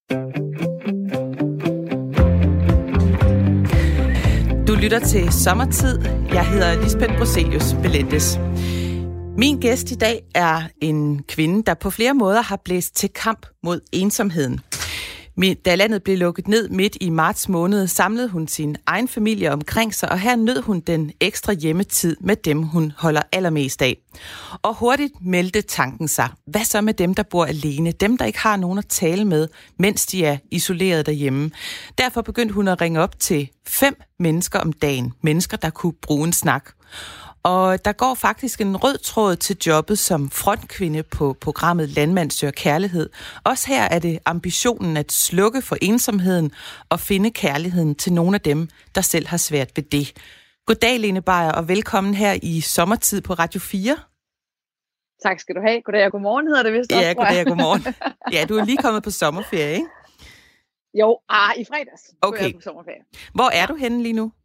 Du lytter til Sommertid. Jeg hedder Lisbeth Broselius Belendes. Min gæst i dag er en kvinde, der på flere måder har blæst til kamp mod ensomheden. Da landet blev lukket ned midt i marts måned, samlede hun sin egen familie omkring sig, og her nød hun den ekstra hjemmetid med dem, hun holder allermest af. Og hurtigt meldte tanken sig. Hvad så med dem, der bor alene? Dem, der ikke har nogen at tale med, mens de er isoleret derhjemme. Derfor begyndte hun at ringe op til 5 mennesker om dagen. Mennesker, der kunne bruge en snak. Og der går faktisk en rød tråd til jobbet som frontkvinde på programmet Landmand søger kærlighed. Også her er det ambitionen at slukke for ensomheden og finde kærligheden til nogle af dem, der selv har svært ved det. Goddag, Lene Beyer, og velkommen her i Sommertid på Radio 4. Tak skal du have. Goddag og godmorgen hedder det vist også. Ja, goddag og godmorgen. Ja, du er lige kommet på sommerferie, ikke? Jo, i fredags. Okay. På sommerferie. Hvor er du henne lige nu?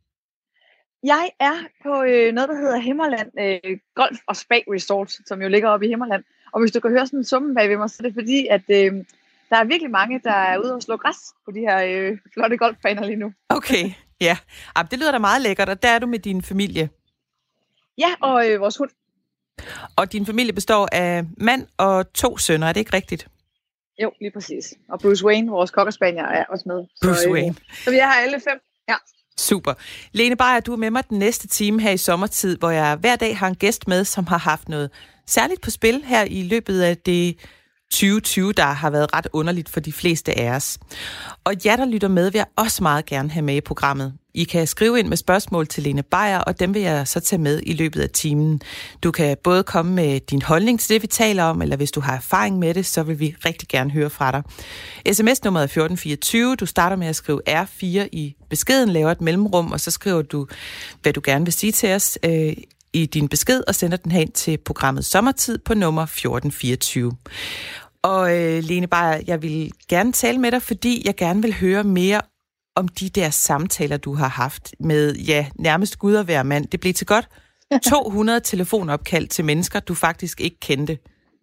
Jeg er på noget, der hedder Himmerland Golf og Spa Resort, som jo ligger oppe i Himmerland. Og hvis du kan høre sådan en summen bag ved mig, så er det fordi, at der er virkelig mange, der er ude og slå græs på de her flotte golfbaner lige nu. Okay, ja. Det lyder da meget lækkert, og der er du med din familie. Ja, og vores hund. Og din familie består af mand og 2 sønner, er det ikke rigtigt? Jo, lige præcis. Og Bruce Wayne, vores cockerspanier, er også med. Bruce Wayne. Så vi er her alle 5, ja. Super. Lene Beyer, du er med mig den næste time her i Sommertid, hvor jeg hver dag har en gæst med, som har haft noget særligt på spil her i løbet af det 2020, der har været ret underligt for de fleste af os. Og jer, der lytter med, vil jeg også meget gerne have med i programmet. I kan skrive ind med spørgsmål til Lene Beyer, og dem vil jeg så tage med i løbet af timen. Du kan både komme med din holdning til det, vi taler om, eller hvis du har erfaring med det, så vil vi rigtig gerne høre fra dig. SMS-nummeret er 1424. Du starter med at skrive R4 i beskeden, laver et mellemrum, og så skriver du, hvad du gerne vil sige til os i din besked, og sender den hen til programmet Sommertid på nummer 1424. Og Lene Beyer, jeg vil gerne tale med dig, fordi jeg gerne vil høre mere om de der samtaler, du har haft med, ja, nærmest Gud og hver mand. Det blev til godt 200 telefonopkald til mennesker, du faktisk ikke kendte.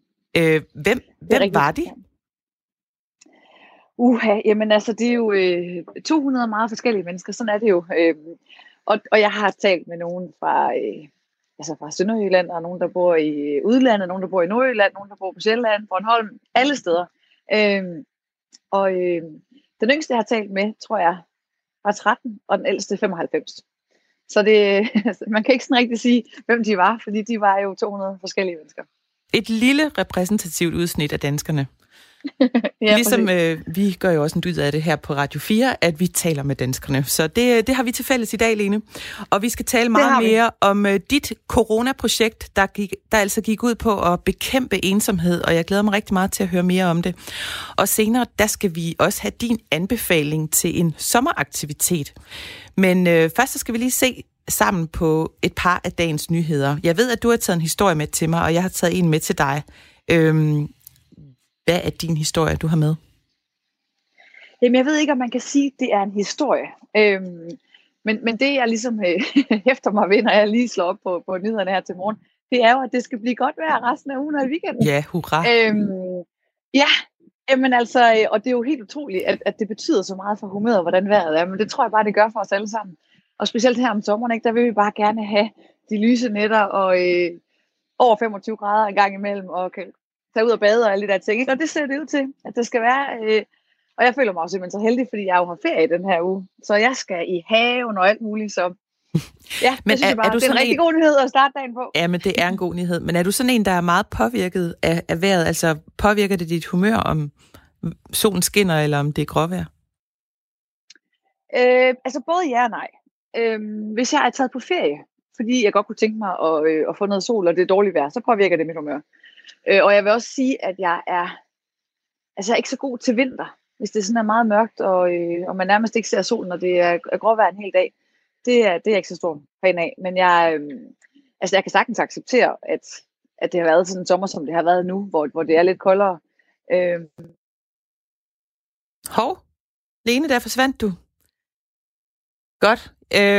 Hvem var de? Jamen altså, det er jo 200 meget forskellige mennesker, sådan er det jo. Og jeg har talt med nogen fra Sønderjylland, og nogen, der bor i udlandet, nogen, der bor i Nordjylland, nogen, der bor på Sjælland, Bornholm, alle steder. Den yngste, jeg har talt med, tror jeg, var 13, og den ældste 95. Så man kan ikke sådan rigtig sige, hvem de var, fordi de var jo 200 forskellige mennesker. Et lille repræsentativt udsnit af danskerne. Ja, ligesom vi gør jo også en dyd af det her på Radio 4, at vi taler med danskerne. Så det har vi til fælles i dag, Lene. Og vi skal tale meget mere om dit coronaprojekt, der altså gik ud på at bekæmpe ensomhed, og jeg glæder mig rigtig meget til at høre mere om det. Og senere, der skal vi også have din anbefaling til en sommeraktivitet. Men først så skal vi lige se sammen på et par af dagens nyheder. Jeg ved, at du har taget en historie med til mig, og jeg har taget en med til dig. Hvad er din historie, du har med? Jamen, jeg ved ikke, om man kan sige, at det er en historie. Men det, jeg ligesom hæfter mig ved, når jeg lige slår op på nyhederne her til morgen, det er jo, at det skal blive godt vejr resten af ugen og i weekenden. Ja, hurra. Jamen altså, og det er jo helt utroligt, at det betyder så meget for humøret, hvordan vejret er. Men det tror jeg bare, det gør for os alle sammen. Og specielt her om sommeren, ikke, der vil vi bare gerne have de lyse nætter og over 25 grader en gang imellem, og kan tage ud og bade og alle de der ting. Ikke? Og det ser det ud til, at det skal være. Og jeg føler mig også simpelthen så heldig, fordi jeg jo har ferie den her uge. Så jeg skal i haven og alt muligt. Så ja, men det er en rigtig god nyhed at starte dagen på. Ja, men det er en god nyhed. Men er du sådan en, der er meget påvirket af vejret? Altså påvirker det dit humør, om solen skinner, eller om det er gråvejr? Altså både ja og nej. Hvis jeg er taget på ferie, fordi jeg godt kunne tænke mig at få noget sol, og det er dårligt vejr, så påvirker det mit humør. Og jeg vil også sige, at jeg er ikke så god til vinter. Hvis det sådan er meget mørkt, og man nærmest ikke ser solen, når det er gråvejr en hel dag. Det er jeg ikke så stor fan af. Men jeg kan sagtens acceptere, at det har været sådan en sommer, som det har været nu, hvor det er lidt koldere. Hov, Lene, der forsvandt du. Godt.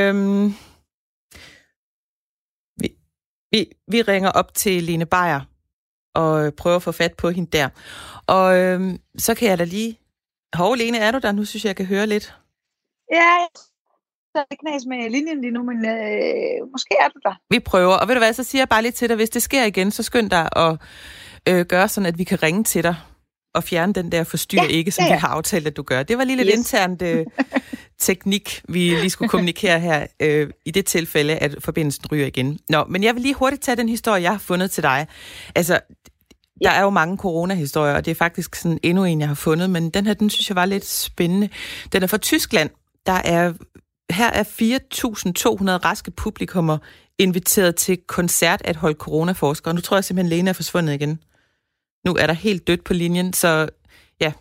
Vi ringer op til Lene Beyer og prøver at få fat på hende der. Og så kan jeg da lige Hov, Lene, er du der? Nu synes jeg kan høre lidt. Ja, der er knas med linjen lige nu, men måske er du der. Vi prøver, og ved du hvad, så siger jeg bare lidt til dig, hvis det sker igen, så skynd dig at gøre sådan, at vi kan ringe til dig og fjerne den der forstyr ikke, som vi har aftalt, at du gør. Det var lige lidt internt teknik, vi lige skulle kommunikere her i det tilfælde, at forbindelsen ryger igen. Nå, men jeg vil lige hurtigt tage den historie, jeg har fundet til dig. Altså, der er jo mange coronahistorier, og det er faktisk sådan endnu en, jeg har fundet, men den her, den synes jeg var lidt spændende. Den er fra Tyskland. Her er 4.200 raske publikummer inviteret til koncert at holde coronaforskere. Nu tror jeg simpelthen, Lene er forsvundet igen. Nu er der helt dødt på linjen, så ja.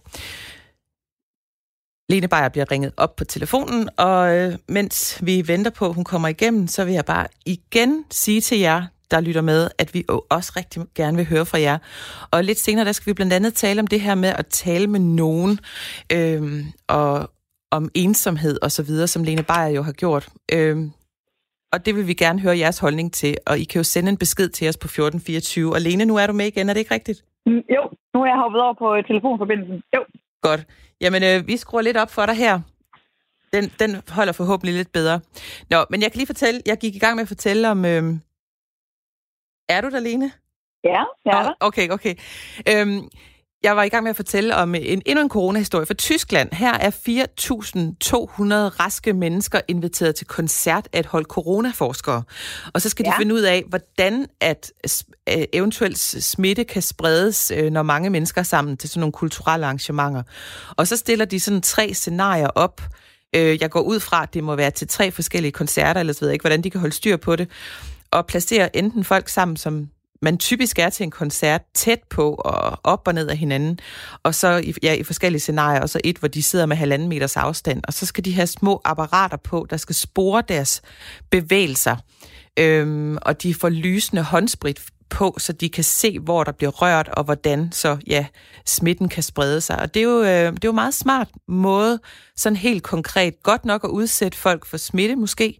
Lene Beyer bliver ringet op på telefonen, og mens vi venter på, at hun kommer igennem, så vil jeg bare igen sige til jer, der lytter med, at vi også rigtig gerne vil høre fra jer. Og lidt senere, der skal vi blandt andet tale om det her med at tale med nogen, og om ensomhed og så videre, som Lene Beyer jo har gjort. Og det vil vi gerne høre jeres holdning til, og I kan jo sende en besked til os på 1424. Og Lene, nu er du med igen, er det ikke rigtigt? Jo, nu er jeg hoppet over på telefonforbindelsen. Jo. Godt. Jamen, vi skruer lidt op for dig her. Den holder forhåbentlig lidt bedre. Nå, men jeg kan lige fortælle, jeg gik i gang med at fortælle om... Er du der, Lene? Ja, jeg er der. Okay. Jeg var i gang med at fortælle om endnu en coronahistorie fra Tyskland. Her er 4.200 raske mennesker inviteret til koncert at holde coronaforskere. Og så skal de finde ud af, hvordan at eventuelt smitte kan spredes, når mange mennesker er sammen til sådan nogle kulturelle arrangementer. Og så stiller de sådan 3 scenarier op. Jeg går ud fra, at det må være til 3 forskellige koncerter, eller så ved jeg ikke, hvordan de kan holde styr på det. Og placere enten folk sammen, som man typisk er til en koncert, tæt på og op og ned af hinanden, og så i forskellige scenarier, og så et, hvor de sidder med 1,5 meters afstand, og så skal de have små apparater på, der skal spore deres bevægelser, og de får lysende håndsprit på, så de kan se, hvor der bliver rørt, og hvordan så, smitten kan sprede sig. Og det er jo meget smart måde, sådan helt konkret, godt nok at udsætte folk for smitte måske,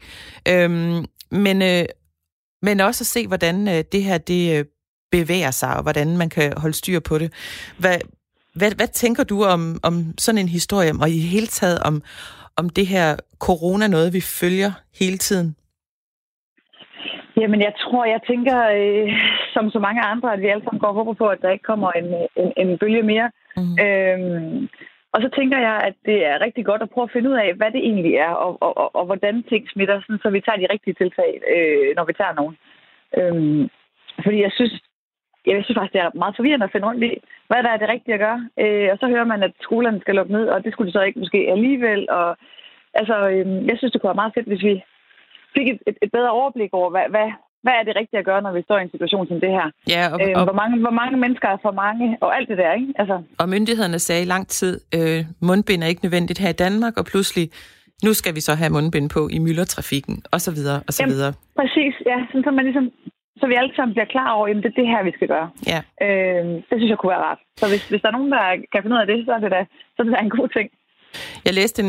men også at se, hvordan det her det bevæger sig, og hvordan man kan holde styr på det. Hvad tænker du om sådan en historie, og i hele taget om det her corona, noget vi følger hele tiden? Jamen, jeg tænker, som så mange andre, at vi alle sammen går og håber på, at der ikke kommer en bølge mere. Og så tænker jeg, at det er rigtig godt at prøve at finde ud af, hvad det egentlig er, og hvordan ting smitter, sådan, så vi tager de rigtige tiltag, når vi tager nogen. Fordi jeg synes faktisk, det er meget forvirrende at finde rundt i, hvad der er det rigtige at gøre. Og så hører man, at skolerne skal lukke ned, og det skulle de så ikke måske alligevel. Og, altså, jeg synes, det kunne være meget fedt, hvis vi fik et bedre overblik over, hvad er det rigtige at gøre, når vi står i en situation som det her? Ja, hvor mange mennesker er for mange, og alt det der, ikke? Altså. Og myndighederne sagde i lang tid, mundbind er ikke nødvendigt her i Danmark, og pludselig, nu skal vi så have mundbind på i myldretrafikken, og så videre, og så videre. Præcis, ja. Så man ligesom, så vi alle sammen bliver klar over, at det er det her, vi skal gøre. Ja. Det synes jeg kunne være rart. Så hvis der er nogen, der kan finde ud af det, så er det da en god ting. Jeg læste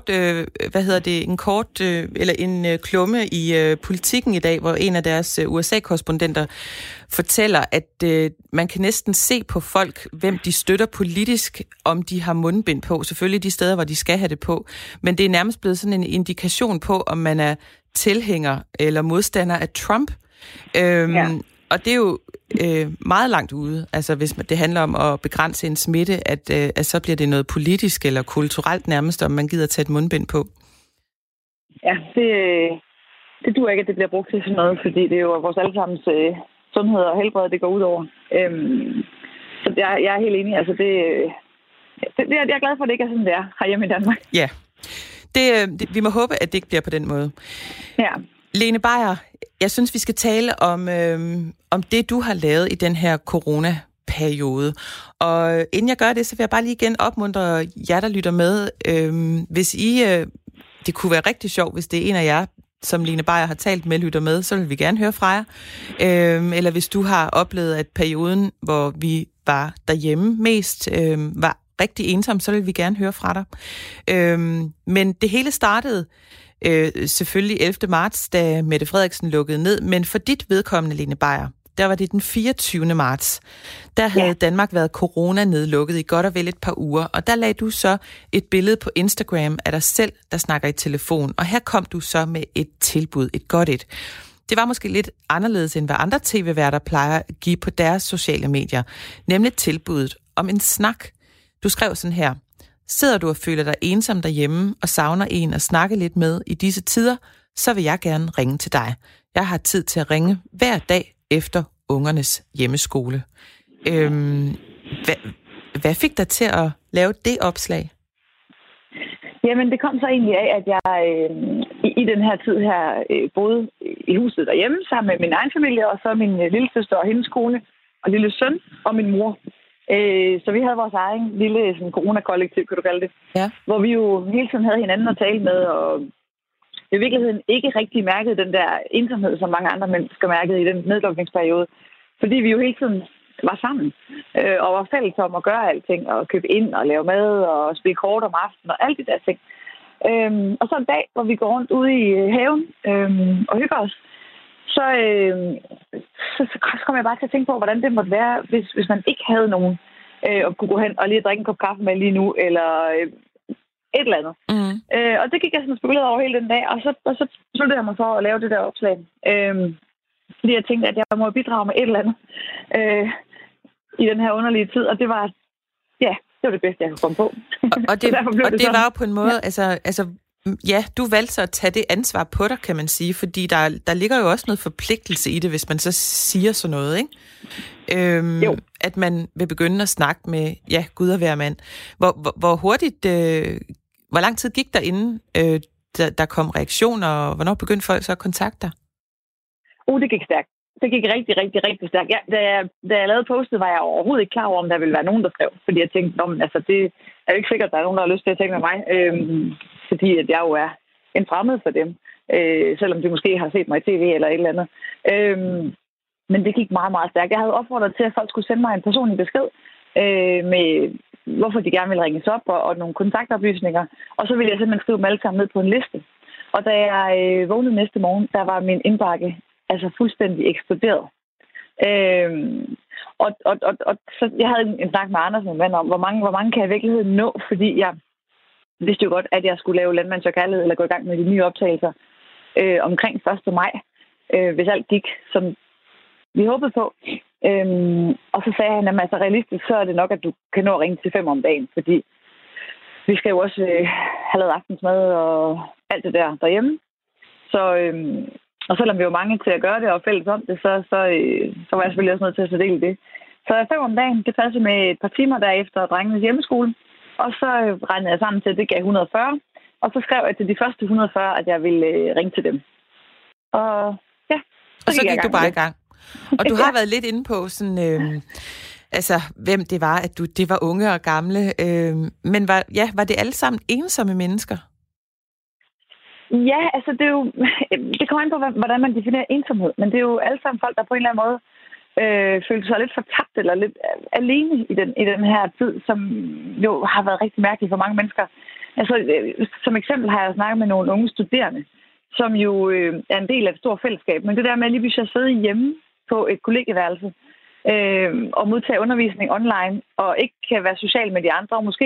en klumme i Politikken i dag, hvor en af deres USA-korrespondenter fortæller, at man kan næsten se på folk, hvem de støtter politisk, om de har mundbind på. Selvfølgelig de steder, hvor de skal have det på. Men det er nærmest blevet sådan en indikation på, om man er tilhænger eller modstander af Trump. Og det er jo meget langt ude, altså hvis det handler om at begrænse en smitte, at så bliver det noget politisk eller kulturelt nærmest, om man gider tage et mundbind på. Ja, det duer ikke, at det bliver brugt til sådan noget, fordi det er jo vores allesammens sundhed og helbred, det går ud over. Så jeg er helt enig, altså jeg er glad for, at det ikke er sådan, det er herhjemme i Danmark. Ja, vi må håbe, at det ikke bliver på den måde. Ja. Lene Beyer, jeg synes, vi skal tale om det, du har lavet i den her coronaperiode. Og inden jeg gør det, så vil jeg bare lige igen opmuntre jer, der lytter med. Hvis det kunne være rigtig sjovt, hvis det er en af jer, som Lene Beyer har talt med, lytter med, så vil vi gerne høre fra jer. Eller hvis du har oplevet, at perioden, hvor vi var derhjemme mest, var rigtig ensom, så vil vi gerne høre fra dig. Men det hele startede selvfølgelig 11. marts, da Mette Frederiksen lukkede ned. Men for dit vedkommende, Lene Beyer, der var det den 24. marts. Der havde Danmark været corona-nedlukket i godt og vel et par uger, og der lagde du så et billede på Instagram af dig selv, der snakker i telefon, og her kom du så med et tilbud, et godt et. Det var måske lidt anderledes, end hvad andre tv-værter plejer at give på deres sociale medier, nemlig tilbuddet om en snak. Du skrev sådan her: sidder du og føler dig ensom derhjemme og savner en at snakke lidt med i disse tider, så vil jeg gerne ringe til dig. Jeg har tid til at ringe hver dag efter ungernes hjemmeskole. Hvad fik dig til at lave det opslag? Jamen, det kom så egentlig af, at jeg i den her tid her boede i huset derhjemme sammen med min egen familie, og så min lille søster og hendes kone, og lille søn og min mor. Så vi havde vores egen lille sådan, corona-kollektiv, kan du kalde det. Ja. Hvor vi jo hele tiden havde hinanden at tale med, og i virkeligheden ikke rigtig mærkede den der ensomhed, som mange andre mennesker mærkede i den nedlukningsperiode. Fordi vi jo hele tiden var sammen og var fælles om at gøre alting, og købe ind og lave mad og spille kort om aftenen og alt det der ting. Og så en dag, hvor vi går rundt ude i haven og hygger os, så kom jeg bare til at tænke på, hvordan det måtte være, hvis man ikke havde nogen at kunne gå hen og lige drikke en kop kaffe med lige nu, eller et eller andet. Mm. Og det gik jeg sådan spekuleret over hele den dag, og så besluttede jeg mig for at lave det der opslag. Fordi jeg tænkte, at jeg må bidrage med et eller andet i den her underlige tid, og det var det bedste, jeg kunne komme på. Og det var jo på en måde, altså ja, du valgte så at tage det ansvar på dig, kan man sige, fordi der ligger jo også noget forpligtelse i det, hvis man så siger sådan noget, ikke? At man vil begynde at snakke med, Gud og hver mand. Hvor hurtigt, hvor lang tid gik der inden, der kom reaktioner, og hvornår begyndte folk så at kontakte dig? Det gik stærkt. Det gik rigtig, rigtig, rigtig stærkt. Da jeg lavede postet, var jeg overhovedet ikke klar over, om der ville være nogen, der skrev. Fordi jeg tænkte, det er jo ikke sikkert, at der er nogen, der har lyst til at tale med mig. Fordi at jeg jo er en fremmed for dem. Selvom de måske har set mig i tv eller et eller andet. Men det gik meget, meget stærkt. Jeg havde opfordret til, at folk skulle sende mig en personlig besked med, hvorfor de gerne ville ringes op og nogle kontaktoplysninger. Og så ville jeg simpelthen skrive dem alle sammen ned på en liste. Og da jeg vågnede næste morgen, der var min indbakke fuldstændig eksploderet. Og så jeg havde en snak med Anders, min mand, om, hvor mange kan jeg i virkeligheden nå, fordi jeg vidste jo godt, at jeg skulle lave Landmand Søger Kærlighed, eller gå i gang med de nye optagelser omkring 1. maj, hvis alt gik, som vi håbede på. Og så sagde han, at realistisk, så er det nok, at du kan nå at ringe til 5 om dagen, fordi vi skal jo også have lavet aftensmad og alt det der derhjemme. Og selvom vi var mange til at gøre det og fælles om det, så var jeg selvfølgelig også nødt til at fordele det. Så 5 om dagen, det passede med et par timer derefter drengenes hjemmeskole. Og så regnede jeg sammen til, at det gav 140. Og så skrev jeg til de første 140, at jeg ville ringe til dem. Og så gik du bare i gang. Og du har været lidt inde på sådan, hvem det var, at det var unge og gamle. Men var det alle sammen ensomme mennesker? Ja, det kommer an på, hvordan man definerer ensomhed. Men det er jo alle sammen folk, der på en eller anden måde følte sig lidt fortabt eller lidt alene i den her tid, som jo har været rigtig mærkeligt for mange mennesker. Som eksempel har jeg snakket med nogle unge studerende, som jo er en del af et stort fællesskab. Men det der med lige pludselig at sidde hjemme på et kollegieværelse og modtage undervisning online, og ikke kan være social med de andre, og måske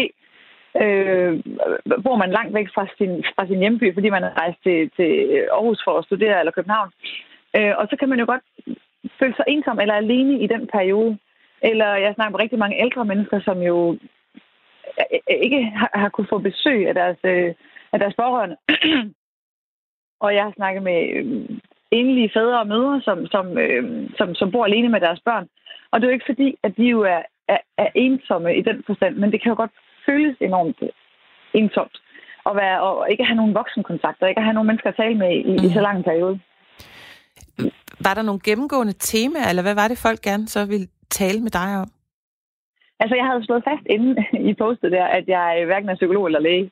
bor man langt væk fra sin hjemby, fordi man er rejst til Aarhus for at studere, eller København. Og så kan man jo godt føle sig ensom eller alene i den periode. Eller jeg snakker med rigtig mange ældre mennesker, som jo ikke har kunnet få besøg af deres pårørende. Og jeg har snakket med enlige fædre og mødre, som bor alene med deres børn. Og det er jo ikke fordi, at de jo er ensomme i den forstand, men det kan jo godt føles enormt ensomt og ikke have nogen voksenkontakter, ikke have nogen mennesker at tale med i så lang en periode. Var der nogle gennemgående temaer, eller hvad var det, folk gerne så ville tale med dig om? Jeg havde slået fast inden i postet der, at jeg hverken er psykolog eller læge,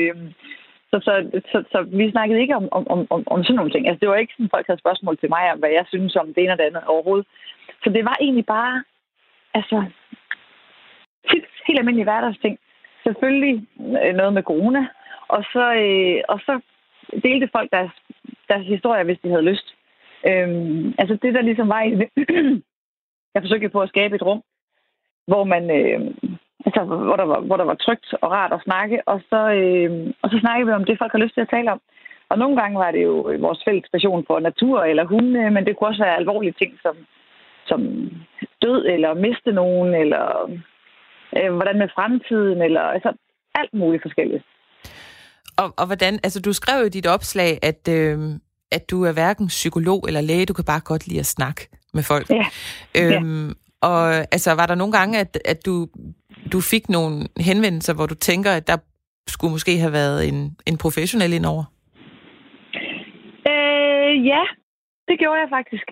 så vi snakkede ikke om sådan nogle ting. Det var ikke sådan, folk havde spørgsmål til mig om, hvad jeg synes om det ene og det andet overhovedet. Så det var egentlig bare, helt almindelige hverdagsting. Selvfølgelig noget med corona, og så delte folk deres historier, hvis de havde lyst. Altså det, der ligesom var i det, jeg forsøgte på at skabe et rum, hvor man, hvor der var trygt og rart at snakke, og så snakkede vi om det, folk har lyst til at tale om. Og nogle gange var det jo vores fælles passion for natur eller hunde, men det kunne også være alvorlige ting som død eller miste nogen, eller hvordan med fremtiden, eller altså alt muligt forskelligt. Og hvordan, altså du skrev jo i dit opslag, at du er hverken psykolog eller læge, du kan bare godt lide at snakke med folk. Ja. Og altså var der nogle gange, at du fik nogle henvendelser, hvor du tænker, at der skulle måske have været en professionel indover? Ja, det gjorde jeg faktisk.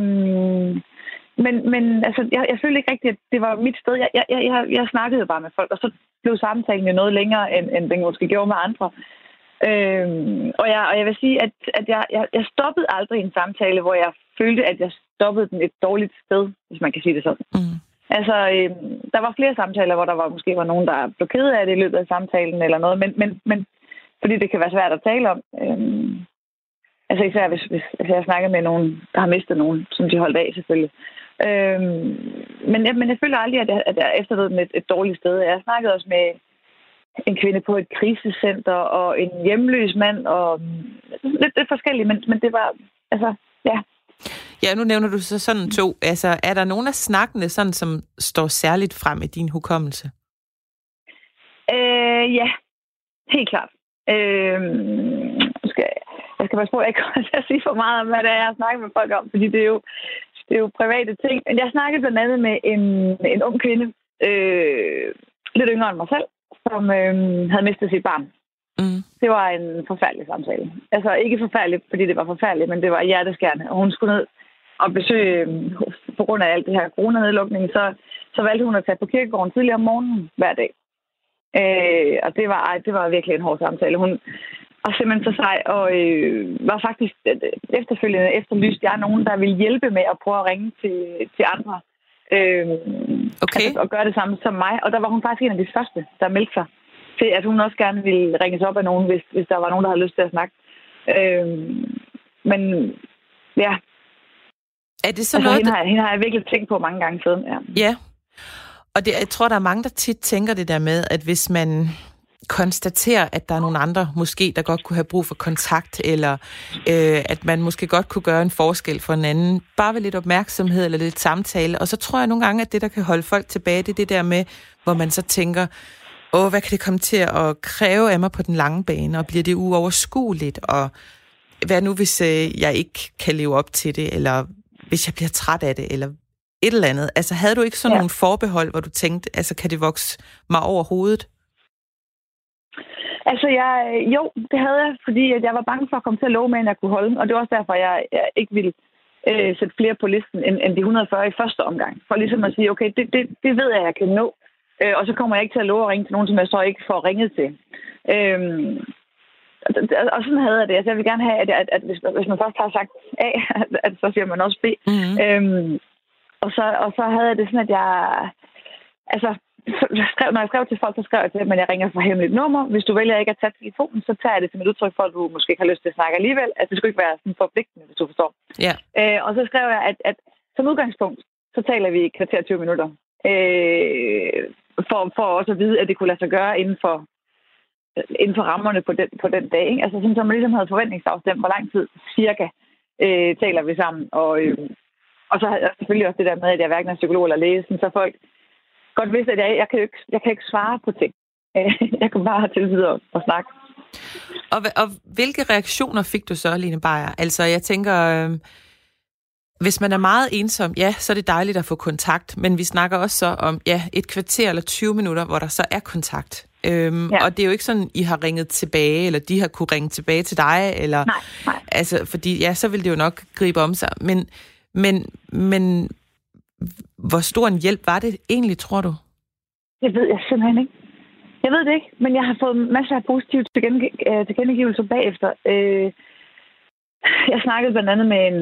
Men altså, jeg følte ikke rigtigt, at det var mit sted. Jeg snakkede jo bare med folk, og så blev samtalen jo noget længere, end den måske gjorde med andre. Og jeg vil sige, at jeg stoppede aldrig en samtale, hvor jeg følte, at jeg stoppede den et dårligt sted, hvis man kan sige det sådan. Mm. Altså, der var flere samtaler, hvor der måske var nogen, der blev ked af det i løbet af samtalen eller noget, men fordi det kan være svært at tale om. Altså især hvis jeg snakker med nogen, der har mistet nogen, som de holdt af selvfølgelig. Men jeg føler aldrig, at jeg efterlod den et dårligt sted. Jeg snakkede også med en kvinde på et krisecenter og en hjemløs mand og lidt forskelligt, men det var, altså, ja. Ja, nu nævner du så sådan to. Altså, er der nogen af snakkene, sådan, som står særligt frem i din hukommelse? Ja, helt klart. Jeg skal passe på, at jeg ikke kommer til at sige for meget om, hvad det er, jeg snakker med folk om, fordi det er jo private ting. Men jeg snakkede blandt andet med en ung kvinde, lidt yngre end mig selv, som havde mistet sit barn. Mm. Det var en forfærdelig samtale. Altså ikke forfærdelig, fordi det var forfærdeligt, men det var hjerteskærende. Og hun skulle ned og besøge, på grund af alt det her coronanedlukning, så valgte hun at tage på kirkegården tidligere om morgenen hver dag. Og det var virkelig en hård samtale. Hun var simpelthen så sej, og var faktisk efterfølgende efterlyst, jeg er nogen, der ville hjælpe med at prøve at ringe til andre. Okay. Altså, og gøre det samme som mig. Og der var hun faktisk en af de første, der meldte sig til, at hun også gerne ville ringes op af nogen, hvis der var nogen, der havde lyst til at snakke. Men ja. Er det så altså, noget, hende har jeg virkelig tænkt på mange gange siden. Ja. Og jeg tror, der er mange, der tit tænker det der med, at hvis man konstaterer, at der er nogle andre, måske, der godt kunne have brug for kontakt, eller at man måske godt kunne gøre en forskel for en anden, bare ved lidt opmærksomhed eller lidt samtale. Og så tror jeg nogle gange, at det, der kan holde folk tilbage, det er det der med, hvor man så tænker, hvad kan det komme til at kræve af mig på den lange bane, og bliver det uoverskueligt, og hvad nu, hvis jeg ikke kan leve op til det, eller hvis jeg bliver træt af det, eller et eller andet. Altså, havde du ikke sådan nogle forbehold, hvor du tænkte, altså, kan det vokse mig over hovedet? Altså, jo, det havde jeg, fordi at jeg var bange for at komme til at love med, at jeg kunne holde. Og det var også derfor, jeg ikke ville sætte flere på listen end de 140 i første omgang. For ligesom at sige, okay, det ved jeg kan nå. Og så kommer jeg ikke til at love at ringe til nogen, som jeg så ikke får ringet til. Og sådan havde jeg det. Altså, jeg vil gerne have, at hvis man først har sagt A, at så siger man også B. Mm-hmm. Og så havde jeg det sådan, at jeg... Altså, når jeg skrev til folk, så skrev jeg til dem, at jeg ringer fra hemmeligt nummer. Hvis du vælger ikke at tage telefonen, så tager jeg det som et udtryk for, at du måske ikke har lyst til at snakke alligevel. Altså, det skulle ikke være sådan forpligtende, hvis du forstår. Yeah. Og så skrev jeg, at som udgangspunkt, så taler vi i kvarter 20 minutter. For også at vide, at det kunne lade sig gøre inden for rammerne på den dag. Ikke? Altså, sådan, så man ligesom havde forventningsafstemt, hvor lang tid cirka taler vi sammen. Og så havde jeg selvfølgelig også det der med, at jeg hverken er psykolog eller læge, så folk godt vidste, at jeg kan ikke svare på ting. Jeg kan bare tilbyde at snakke. Og hvilke reaktioner fik du så, Lene Beyer? Altså, jeg tænker, hvis man er meget ensom, ja, så er det dejligt at få kontakt, men vi snakker også så om, et kvarter eller 20 minutter, hvor der så er kontakt. Og det er jo ikke sådan, I har ringet tilbage, eller de har kunne ringe tilbage til dig, eller... Nej. Altså, fordi, så vil det jo nok gribe om sig. Men hvor stor en hjælp var det egentlig, tror du? Det ved jeg simpelthen ikke. Jeg ved det ikke, men jeg har fået masser af positive tilkendegivelser bagefter. Jeg snakkede blandt andet med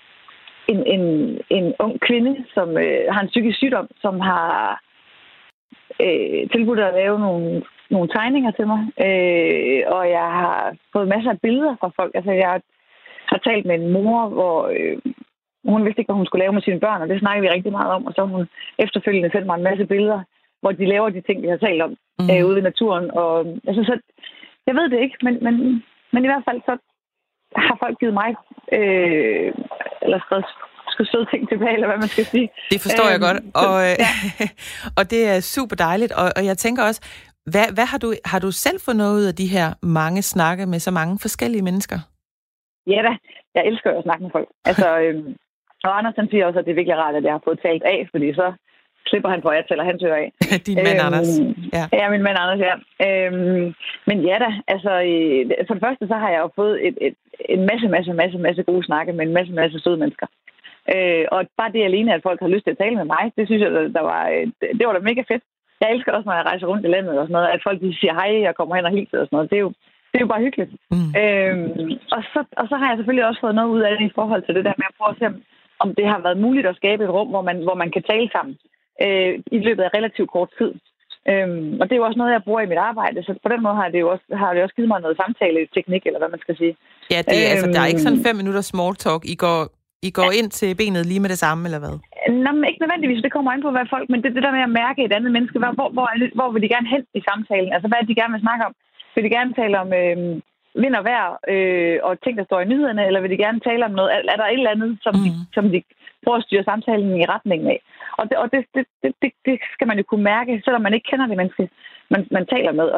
en ung kvinde, som har en psykisk sygdom, som har tilbudt at lave nogle tegninger til mig. Og jeg har fået masser af billeder fra folk. Altså, jeg har talt med en mor, hvor hun vidste ikke, hvad hun skulle lave med sine børn, og det snakkede vi rigtig meget om. Og så hun efterfølgende sendt mig en masse billeder, hvor de laver de ting, vi har talt om ude i naturen. Og jeg synes, at jeg ved det ikke, men i hvert fald så har folk givet mig eller skrevet søde ting tilbage, eller hvad man skal sige. Det forstår jeg godt, og det er super dejligt. Og jeg tænker også, hvad har du selv fået noget ud af de her mange snakke med så mange forskellige mennesker? Ja da, jeg elsker jo at snakke med folk. Altså, og Anders han siger også, at det er virkelig rart, at jeg har fået talt af, fordi så slipper han for, at jeg tæller hans øre af. Din mand Anders. Ja, min mand Anders, ja. Men ja da, altså for det første, så har jeg jo fået en masse gode snakke med en masse søde mennesker. Og bare det alene, at folk har lyst til at tale med mig, det synes jeg, det var da mega fedt. Jeg elsker også, når jeg rejser rundt i landet og sådan noget, at folk de siger hej, jeg kommer hen og hilser og sådan noget. Det er jo bare hyggeligt. Og så har jeg selvfølgelig også fået noget ud af det i forhold til det der med at prøve at se, om det har været muligt at skabe et rum, hvor man kan tale sammen i løbet af relativt kort tid. Og det er jo også noget, jeg bruger i mit arbejde, så på den måde har det også givet mig noget samtale-teknik, eller hvad man skal sige. Ja, det er, der er ikke sådan 5 minutter small talk. I går ind til benet lige med det samme, eller hvad? Nå, men ikke nødvendigvis, det kommer ind på, hvad folk, men det der med at mærke et andet menneske, hvor vil de gerne hen i samtalen? Altså, hvad er det, de gerne vil snakke om? Vil de gerne tale om vind og vejr og ting, der står i nyhederne, eller vil de gerne tale om noget? Er der et eller andet, som de prøver at styre samtalen i retningen af? Og det skal man jo kunne mærke, selvom man ikke kender det menneske, man taler med.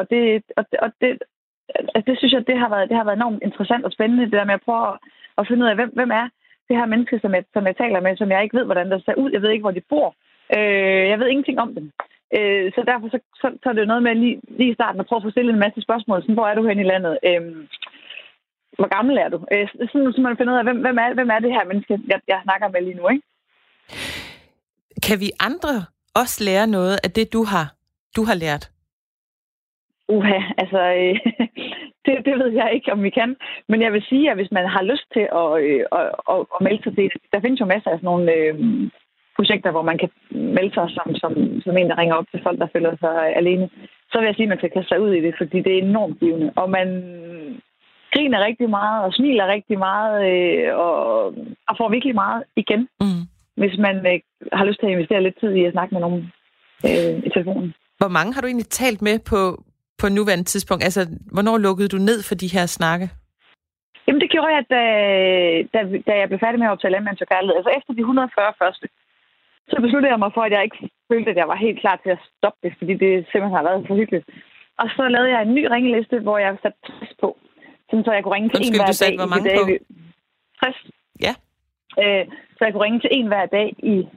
Det synes jeg, det har været enormt interessant og spændende, det der med at prøve at finde ud af, hvem er det her menneske, som jeg taler med, som jeg ikke ved, hvordan der ser ud. Jeg ved ikke, hvor de bor. Jeg ved ingenting om dem. Så derfor så er det jo noget med lige i starten at prøve at få stillet en masse spørgsmål. Sådan, hvor er du hen i landet? Hvor gammel er du? Sådan, så man finder ud af, hvem er det her menneske, jeg snakker med lige nu, ikke? Kan vi andre også lære noget af det, du har lært? Altså, det ved jeg ikke, om vi kan. Men jeg vil sige, at hvis man har lyst til at melde sig til det, der findes jo masser af sådan nogle projekter, hvor man kan melde sig som en, der ringer op til folk, der føler sig alene. Så vil jeg sige, at man skal kaste sig ud i det, fordi det er enormt givende. Og man griner rigtig meget og smiler rigtig meget og får virkelig meget igen, hvis man har lyst til at investere lidt tid i at snakke med nogen i telefonen. Hvor mange har du egentlig talt med på nuværende tidspunkt? Altså, hvornår lukkede du ned for de her snakke? Jamen, det gjorde jeg, da jeg blev færdig med at optage Landmand Søger Kærlighed. Altså, efter de 140 første, så besluttede jeg mig for, at jeg ikke følte, at jeg var helt klar til at stoppe det, fordi det simpelthen har været så hyggeligt. Og så lavede jeg en ny ringeliste, hvor jeg satte 60 på, så jeg kunne ringe til en hver dag. Hvor mange på? 60. Ja. Så jeg kunne ringe til en hver dag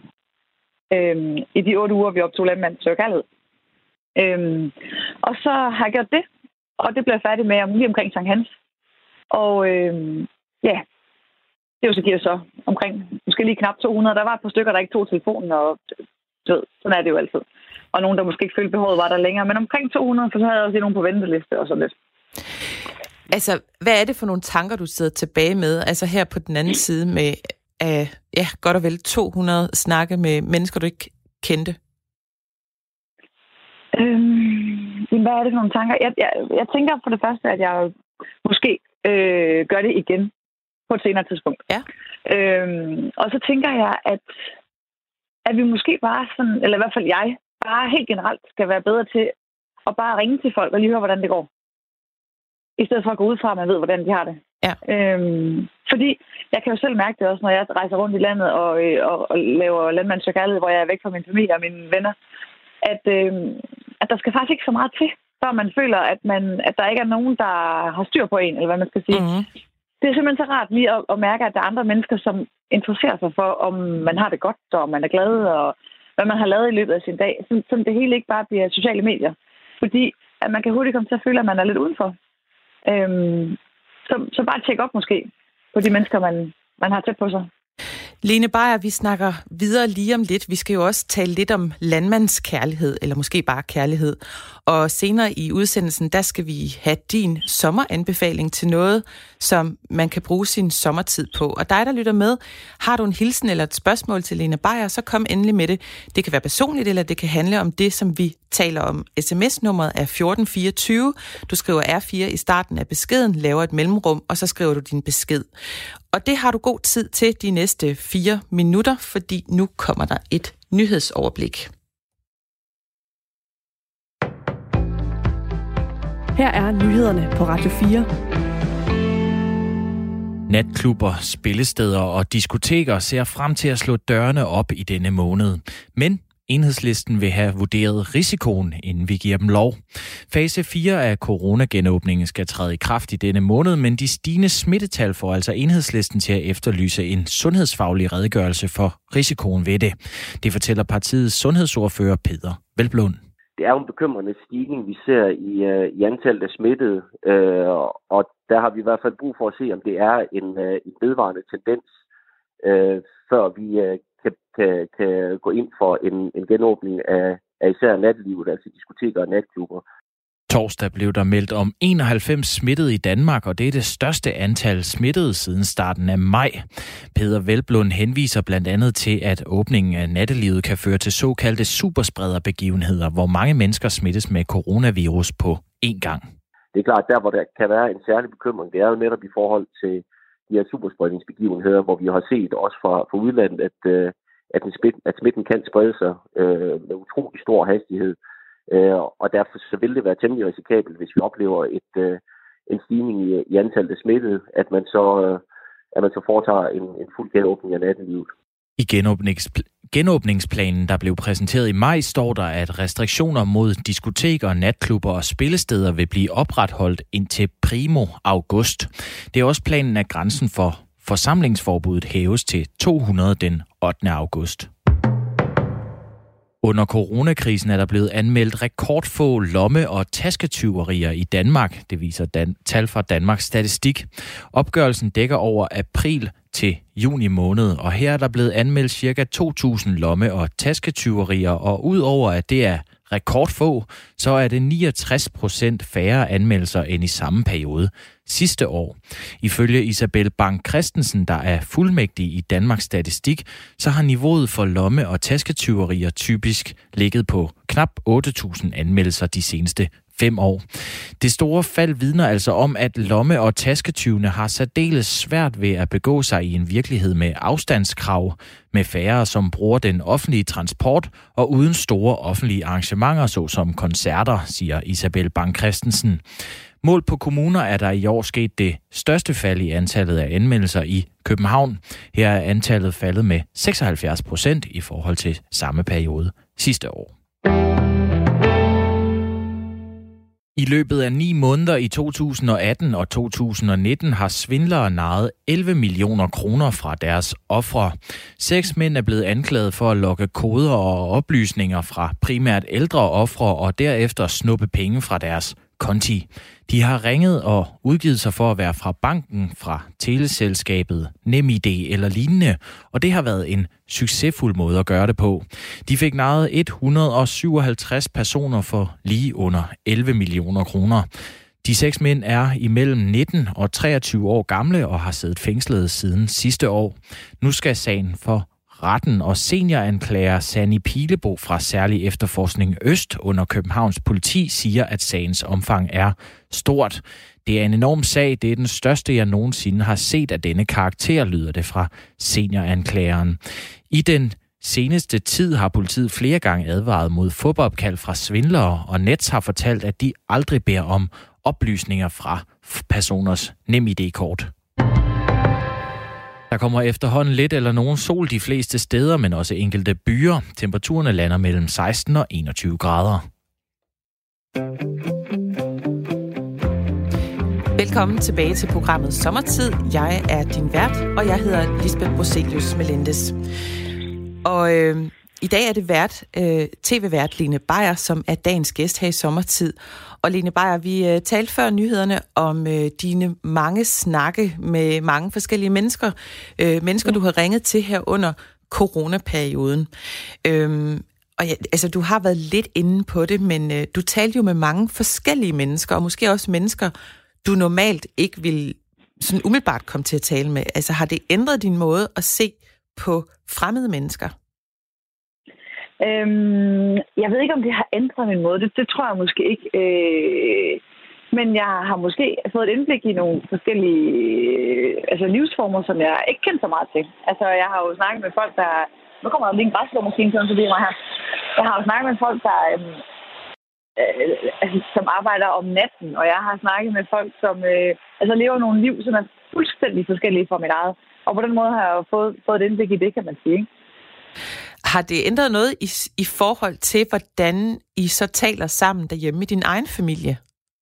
i de 8 uger, vi optog Landmand Søger Kærlighed. Og så har jeg gjort det, og det blev jeg færdig med lige omkring Sankt Hans. Og ja, det så giver så omkring, måske lige knap 200. Der var et par stykker, der ikke tog telefonen, og sådan er det jo altid. Og nogen, der måske ikke følte behovet, var der længere. Men omkring 200, for så havde jeg også nogen på venteliste og sådan lidt. Altså, hvad er det for nogle tanker, du sidder tilbage med? Altså her på den anden side med, godt og vel 200 snakke med mennesker, du ikke kendte? Hvad er det for nogle tanker? Jeg tænker for det første, at jeg måske gør det igen på et senere tidspunkt. Ja. Og så tænker jeg, at vi måske bare sådan, eller i hvert fald jeg, bare helt generelt skal være bedre til at bare ringe til folk og lige høre, hvordan det går. I stedet for at gå ud fra, at man ved, hvordan de har det. Ja. Fordi jeg kan jo selv mærke det også, når jeg rejser rundt i landet og laver Landmand Søger Kærlighed, hvor jeg er væk fra min familie og mine venner, at der skal faktisk ikke så meget til, før man føler, at der ikke er nogen, der har styr på en, eller hvad man skal sige. Mm-hmm. Det er simpelthen så rart lige at mærke, at der er andre mennesker, som interesserer sig for, om man har det godt, og om man er glad, og hvad man har lavet i løbet af sin dag. Så det hele ikke bare bliver sociale medier. Fordi at man kan hurtigt komme til at føle, at man er lidt udenfor. Så bare tjek op måske på de mennesker, man har tæt på sig. Lene Beyer, vi snakker videre lige om lidt. Vi skal jo også tale lidt om landmandskærlighed, eller måske bare kærlighed. Og senere i udsendelsen, der skal vi have din sommeranbefaling til noget, som man kan bruge sin sommertid på. Og dig, der lytter med, har du en hilsen eller et spørgsmål til Lene Beyer, så kom endelig med det. Det kan være personligt, eller det kan handle om det, som vi taler om. SMS-nummeret er 1424. Du skriver R4 i starten af beskeden, laver et mellemrum, og så skriver du din besked. Og det har du god tid til de næste 4 minutter, fordi nu kommer der et nyhedsoverblik. Her er nyhederne på Radio 4. Natklubber, spillesteder og diskoteker ser frem til at slå dørene op i denne måned. Men Enhedslisten vil have vurderet risikoen, inden vi giver dem lov. Fase 4 af coronagenåbningen skal træde i kraft i denne måned, men de stigende smittetal får altså Enhedslisten til at efterlyse en sundhedsfaglig redegørelse for risikoen ved det. Det fortæller partiets sundhedsordfører Peder Hvelplund. Det er jo en bekymrende stigning, vi ser i antallet af smittede, og der har vi i hvert fald brug for at se, om det er en vedvarende tendens, før vi kan gå ind for en genåbning af især nattelivet, altså diskoteker og natklubber. Torsdag blev der meldt om 91 smittede i Danmark, og det er det største antal smittede siden starten af maj. Peder Hvelplund henviser blandt andet til, at åbningen af nattelivet kan føre til såkaldte supersprederbegivenheder, hvor mange mennesker smittes med coronavirus på én gang. Det er klart, der hvor der kan være en særlig bekymring, det er jo netop i forhold til de her superspredningsbegivenheder, hvor vi har set også fra udlandet, at smitten kan sprede sig med utrolig stor hastighed. Og derfor så vil det være temmelig risikabelt, hvis vi oplever en stigning i antallet af smittede, at man så foretager en fuld genåbning af nattelivet. I genåbningsplanen, der blev præsenteret i maj, står der, at restriktioner mod diskoteker, natklubber og spillesteder vil blive opretholdt indtil primo august. Det er også planen, at grænsen for forsamlingsforbuddet hæves til 200 den 8. august. Under coronakrisen er der blevet anmeldt rekordfå lomme- og tasketyverier i Danmark. Det viser tal fra Danmarks Statistik. Opgørelsen dækker over april til juni måned, og her er der blevet anmeldt ca. 2.000 lomme- og tasketyverier, og udover at det er rekordfå, så er det 69% færre anmeldelser end i samme periode sidste år. Ifølge Isabel Bang Christensen, der er fuldmægtig i Danmarks Statistik, så har niveauet for lomme- og tasketyverier typisk ligget på knap 8.000 anmeldelser de seneste 5 år. Det store fald vidner altså om, at lomme- og tasketyvene har særdeles svært ved at begå sig i en virkelighed med afstandskrav, med færre, som bruger den offentlige transport, og uden store offentlige arrangementer, såsom koncerter, siger Isabel Bang Christensen. Målt på kommuner er der i år sket det største fald i antallet af anmeldelser i København. Her er antallet faldet med 76% i forhold til samme periode sidste år. I løbet af 9 måneder i 2018 og 2019 har svindlere narret 11 millioner kroner fra deres ofre. 6 mænd er blevet anklaget for at lokke koder og oplysninger fra primært ældre ofre og derefter snuppe penge fra deres konti. De har ringet og udgivet sig for at være fra banken, fra teleselskabet, NemID eller lignende, og det har været en succesfuld måde at gøre det på. De fik narret 157 personer for lige under 11 millioner kroner. De 6 mænd er imellem 19 og 23 år gamle og har siddet fængslet siden sidste år. Nu skal sagen for retten, og senioranklager Sanni Pilebo fra Særlig Efterforskning Øst under Københavns politi siger, at sagens omfang er stort. Det er en enorm sag. Det er den største, jeg nogensinde har set af denne karakter, lyder det fra senioranklageren. I den seneste tid har politiet flere gange advaret mod fupopkald fra svindlere, og Nets har fortalt, at de aldrig beder om oplysninger fra personers NemID-kort. Der kommer efterhånden lidt eller nogen sol de fleste steder, men også enkelte byer. Temperaturerne lander mellem 16 og 21 grader. Velkommen tilbage til programmet Sommertid. Jeg er din vært, og jeg hedder Lisbeth Broselius Melendez. Og i dag er det tv-vært Lene Beyer, som er dagens gæst her i Sommertid. Og Lene Beyer, vi talte før nyhederne om dine mange snakke med mange forskellige mennesker. Mennesker, du har ringet til her under coronaperioden. Og du har været lidt inde på det, men du talte jo med mange forskellige mennesker, og måske også mennesker, du normalt ikke vil sådan umiddelbart komme til at tale med. Altså har det ændret din måde at se på fremmede mennesker? Jeg ved ikke, om det har ændret min måde. Det tror jeg måske ikke. Men jeg har måske fået et indblik i nogle forskellige livsformer, som jeg ikke kender så meget til. Altså, jeg har jo snakket med folk, der... Nu kommer der lige en græsslåmaskine til, så det er mig her. Jeg har jo snakket med folk, der som arbejder om natten, og jeg har snakket med folk, som lever nogle liv, som er fuldstændig forskellige fra mit eget. Og på den måde har jeg jo fået et indblik i det, kan man sige. Ikke? Har det ændret noget i forhold til, hvordan I så taler sammen derhjemme i din egen familie?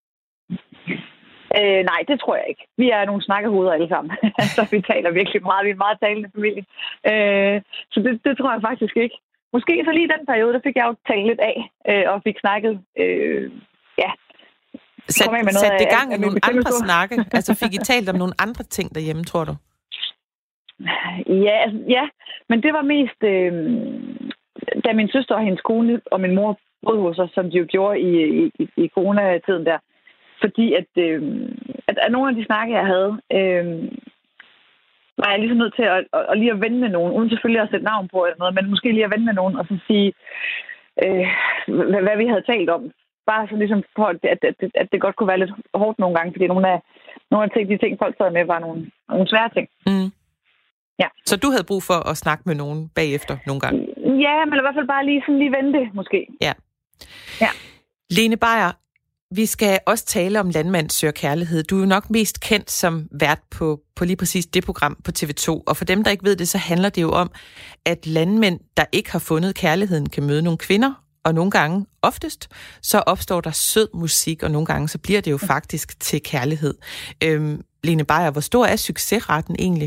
Nej, det tror jeg ikke. Vi er nogle snakkehoveder alle sammen. Så vi taler virkelig meget. Vi er en meget talende familie. Så det tror jeg faktisk ikke. Måske så lige i den periode, der fik jeg jo talt lidt af, og fik snakket, Sat det i gang i nogle andre snakke? Altså fik I talt om nogle andre ting derhjemme, tror du? Ja, men det var mest, da min søster og hendes kone og min mor boede hos os, som de jo gjorde i coronatiden der. Fordi at nogle af de snakke, jeg havde, var jeg ligesom nødt til at lige at vende med nogen, uden selvfølgelig at sætte navn på eller noget, men måske lige at vende med nogen og så sige, hvad vi havde talt om. Bare så ligesom for, at det godt kunne være lidt hårdt nogle gange, fordi nogle af de ting, folk sad med, var nogle svære ting. Mm. Ja. Så du havde brug for at snakke med nogen bagefter nogle gange? Ja, men i hvert fald bare lige vente, måske. Ja. Ja. Lene Beyer, vi skal også tale om Landmand søger kærlighed. Du er jo nok mest kendt som vært på lige præcis det program på TV2. Og for dem, der ikke ved det, så handler det jo om, at landmænd, der ikke har fundet kærligheden, kan møde nogle kvinder. Og nogle gange, oftest, så opstår der sød musik, og nogle gange, så bliver det jo faktisk til kærlighed. Lene Beyer, hvor stor er succesraten egentlig?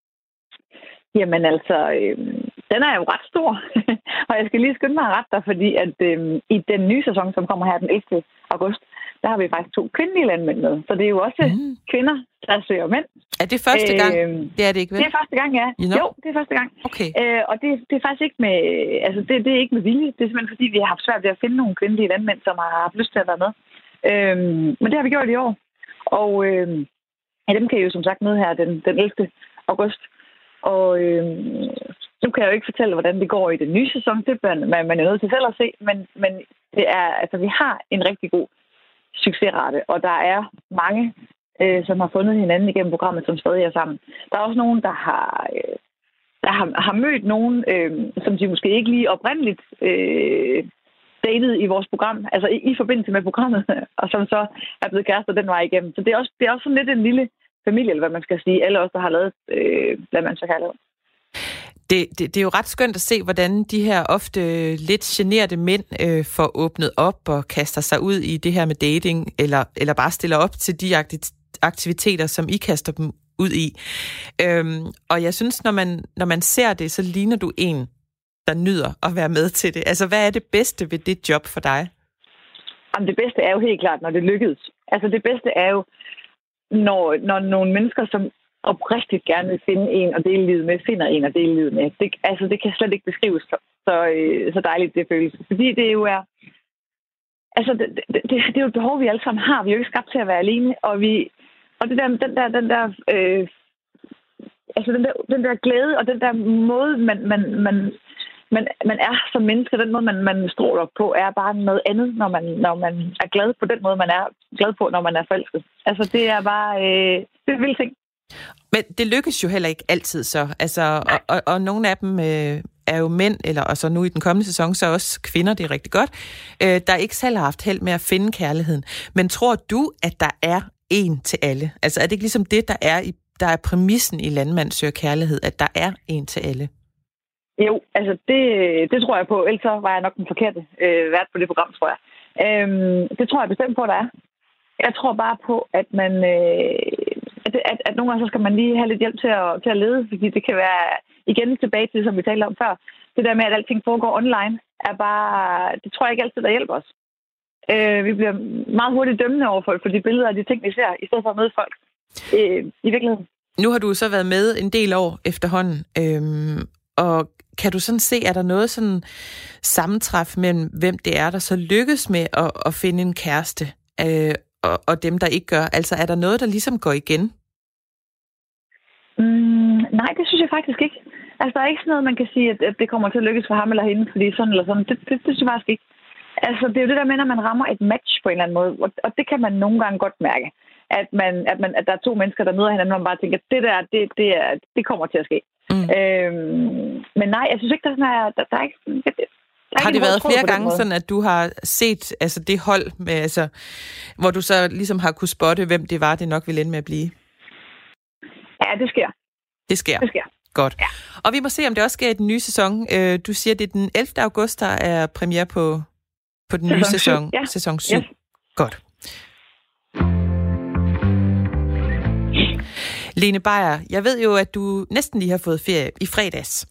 Jamen altså, den er jo ret stor. Og jeg skal lige skynde mig at rette dig, fordi at i den nye sæson, som kommer her den 11. august, der har vi faktisk 2 kvindelige landmænd med. Så det er jo også kvinder, der søger mænd. Er det første gang? Det er det ikke, vel? Det er første gang, ja. You know? Jo, det er første gang. Okay. Og det er faktisk ikke med... Altså, det er ikke med vilje. Det er simpelthen fordi, vi har haft svært ved at finde nogle kvindelige landmænd, som har haft lyst til at være med. Men det har vi gjort i år. Og dem kan I jo som sagt møde her den 11. august. Og nu kan jeg jo ikke fortælle, hvordan det går i den nye sæson. Det er man jo nødt til selv at se. Men det er, altså, vi har en rigtig god succesrate, og der er mange, som har fundet hinanden igennem programmet, som stadig er sammen. Der er også nogen, der har mødt nogen, som de måske ikke lige oprindeligt datet i vores program, altså i forbindelse med programmet, og som så er blevet kærester den vej igennem. Så det er også sådan lidt en lille familie, eller hvad man skal sige, alle os, der har lavet Landmand søger kærlighed. Det er jo ret skønt at se, hvordan de her ofte lidt generede mænd får åbnet op og kaster sig ud i det her med dating, eller bare stiller op til de aktiviteter, som I kaster dem ud i. Og jeg synes, når man ser det, så ligner du en, der nyder at være med til det. Altså, hvad er det bedste ved det job for dig? Jamen, det bedste er jo helt klart, når det lykkedes. Altså, det bedste er jo, når nogle mennesker, som oprigtigt gerne vil finde en og dele livet med, finder en og dele livet med. Det kan slet ikke beskrives så dejligt, det føles. Fordi det jo er... Altså, det er jo et behov, vi alle sammen har. Vi er jo ikke skabt til at være alene, og den der glæde, og den der måde, man er som menneske, den måde, man stråler på, er bare noget andet, når man er glad på den måde, man er glad på, når man er forelsket. Altså, det er bare... det er vildt ting. Men det lykkes jo heller ikke altid så. Altså, og nogle af dem er jo mænd, eller altså nu i den kommende sæson, så også kvinder, det er rigtig godt, der ikke selv har haft held med at finde kærligheden. Men tror du, at der er en til alle? Altså er det ikke ligesom det, der er præmissen i Landmand søger kærlighed, at der er en til alle? Jo, altså det tror jeg på. Ellers var jeg nok den forkerte vært på det program, tror jeg. Det tror jeg bestemt på, der er. Jeg tror bare på, at man... At nogle gange så skal man lige have lidt hjælp til at lede, fordi det kan være igen tilbage til det, som vi talte om før. Det der med, at alting foregår online, er bare... Det tror jeg ikke altid, der hjælper os. Vi bliver meget hurtigt dømmende over for de billeder og de ting, vi ser, i stedet for at møde folk i virkeligheden. Nu har du så været med en del år efterhånden, og kan du sådan se, er der noget sådan sammentræf mellem, hvem det er, der så lykkes med at finde en kæreste, og dem, der ikke gør? Altså, er der noget, der ligesom går igen? Nej, det synes jeg faktisk ikke. Altså, der er ikke sådan noget, man kan sige, at det kommer til at lykkes for ham eller hende, fordi sådan eller sådan. Det synes jeg faktisk ikke. Altså, det er jo det der med, når man rammer et match på en eller anden måde, og det kan man nogle gange godt mærke. At der er to mennesker, der møder hinanden, og man bare tænker, det kommer til at ske. Men nej, jeg synes ikke, der er ikke... Har det været flere gange sådan, at du har set det hold, med, hvor du så ligesom har kunne spotte, hvem det var, det nok ville ende med at blive? Ja, det sker. Det sker? Godt. Ja. Og vi må se, om det også sker i den nye sæson. Du siger, det er den 11. august, der er premiere på den nye sæson. Ja. Sæson 7. Yes. Godt. Lene Beyer, jeg ved jo, at du næsten lige har fået ferie i fredags.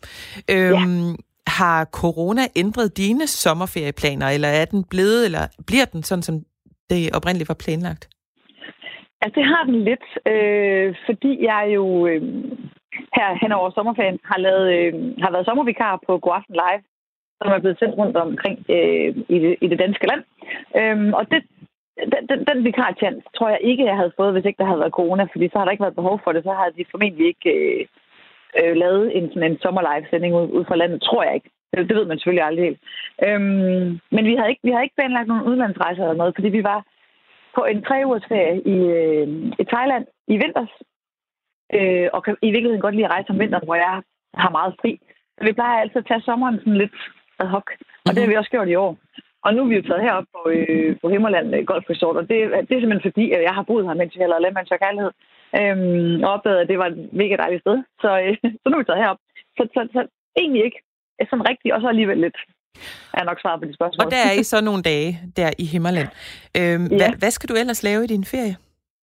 Har corona ændret dine sommerferieplaner, eller er den blevet, eller bliver den sådan, som det oprindeligt var planlagt? Altså, det har den lidt, fordi jeg jo her hen over sommerferien har været sommervikar på God Aften Live, som er blevet sendt rundt omkring i det danske land. Og den vikartjans tror jeg ikke, jeg havde fået, hvis ikke der havde været corona, fordi så har der ikke været behov for det, så havde de formentlig ikke lavet en sommerlive-sending ud fra landet, tror jeg ikke. Det ved man selvfølgelig aldrig helt. Men vi havde ikke planlagt nogen udlandsrejser eller noget, fordi vi var på en 3-ugers ferie i Thailand i vinters, og kan i virkeligheden godt lide at rejse om vinteren, hvor jeg har meget fri. Så vi plejer altid at tage sommeren sådan lidt ad hoc, og det har vi også gjort i år. Og nu er vi jo taget herop på Himmerland Golf Resort, og det er simpelthen fordi, at jeg har boet her, mens jeg har lavet landmands og kærlighed, og opdagede, at det var et mega dejligt sted. Så nu er vi taget herop. Så egentlig ikke sådan rigtigt, og så alligevel lidt. Er nok svaret på de spørgsmål. Og der er I så nogle dage der i Himmerland. Hvad skal du ellers lave i din ferie?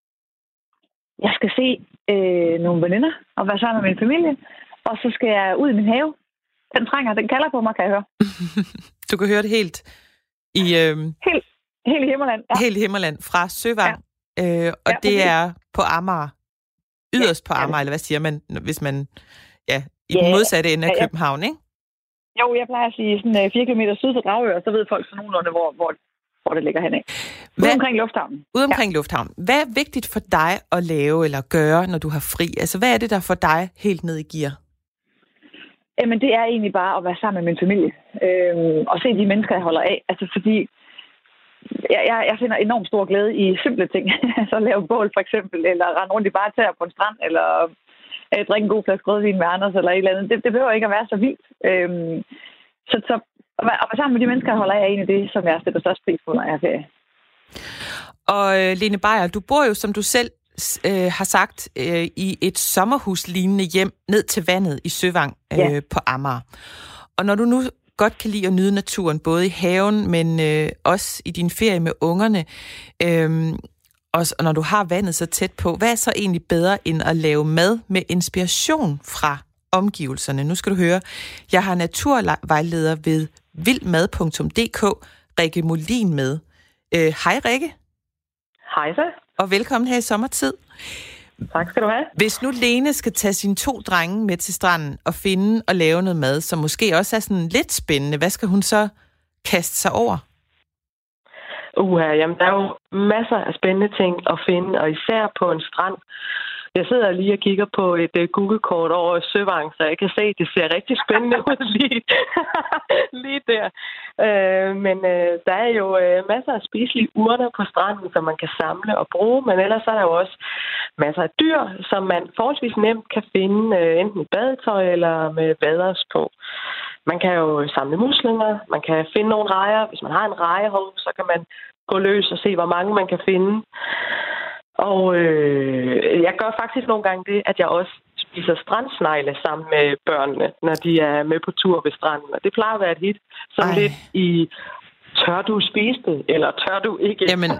Jeg skal se nogle veninder og være sammen med min familie, og så skal jeg ud i min have. Den kalder på mig, kan jeg høre. Du kan høre det helt i... Helt i Himmerland. Ja. Helt i Himmerland, fra Søvang. Ja. Og det er på Amager. Yderst på Amager, eller hvad siger man, hvis man... Ja, i den modsatte ende af København, ikke? Jo, jeg plejer at sige sådan 4 km syd for Dragør, og så ved folk sådan nogenlunde, hvor det ligger henad. Ude omkring lufthavnen. Ude omkring lufthavnen. Hvad er vigtigt for dig at lave eller gøre, når du har fri? Altså, hvad er det, der får dig helt ned i gear? Jamen, det er egentlig bare at være sammen med min familie. Og se de mennesker, jeg holder af. Altså, fordi jeg finder enormt stor glæde i simple ting. Altså, lave bål, for eksempel, eller rende rundt i bare tæer på en strand, eller drikke en god flaske rødvin med Anders, eller et eller andet. Det behøver ikke at være så vildt. Så at være sammen med de mennesker, jeg holder af, er egentlig det, som jeg sætter størst pris på, når jeg er ferie. Og Lene Beyer, du bor jo, som du selv har sagt, i et sommerhuslignende hjem ned til vandet i Søvang på Amager. Og når du nu godt kan lide at nyde naturen, både i haven, men også i din ferie med ungerne, og når du har vandet så tæt på, hvad er så egentlig bedre end at lave mad med inspiration fra omgivelserne? Nu skal du høre, jeg har naturvejleder ved vildmad.dk, Rikke Molin med. Hej Rikke. Hej så. Og velkommen her i sommertid. Tak skal du have. Hvis nu Lene skal tage sine 2 drenge med til stranden og finde og lave noget mad, som måske også er sådan lidt spændende, hvad skal hun så kaste sig over? Jamen der er jo masser af spændende ting at finde, og især på en strand. Jeg sidder lige og kigger på et Google-kort over Søvang, så jeg kan se, at det ser rigtig spændende ud lige der. Men der er jo masser af spiselige urter på stranden, som man kan samle og bruge, men ellers er der jo også masser af dyr, som man forholdsvis nemt kan finde enten i badetøj eller med baders på. Man kan jo samle muslinger, man kan finde nogle rejer. Hvis man har en rejehov, så kan man gå løs og se, hvor mange man kan finde. Og jeg gør faktisk nogle gange det, at jeg også spiser strandsnegle sammen med børnene, når de er med på tur ved stranden. Og det plejer at være et hit. Sådan lidt i, tør du spise det, eller tør du ikke? Jamen,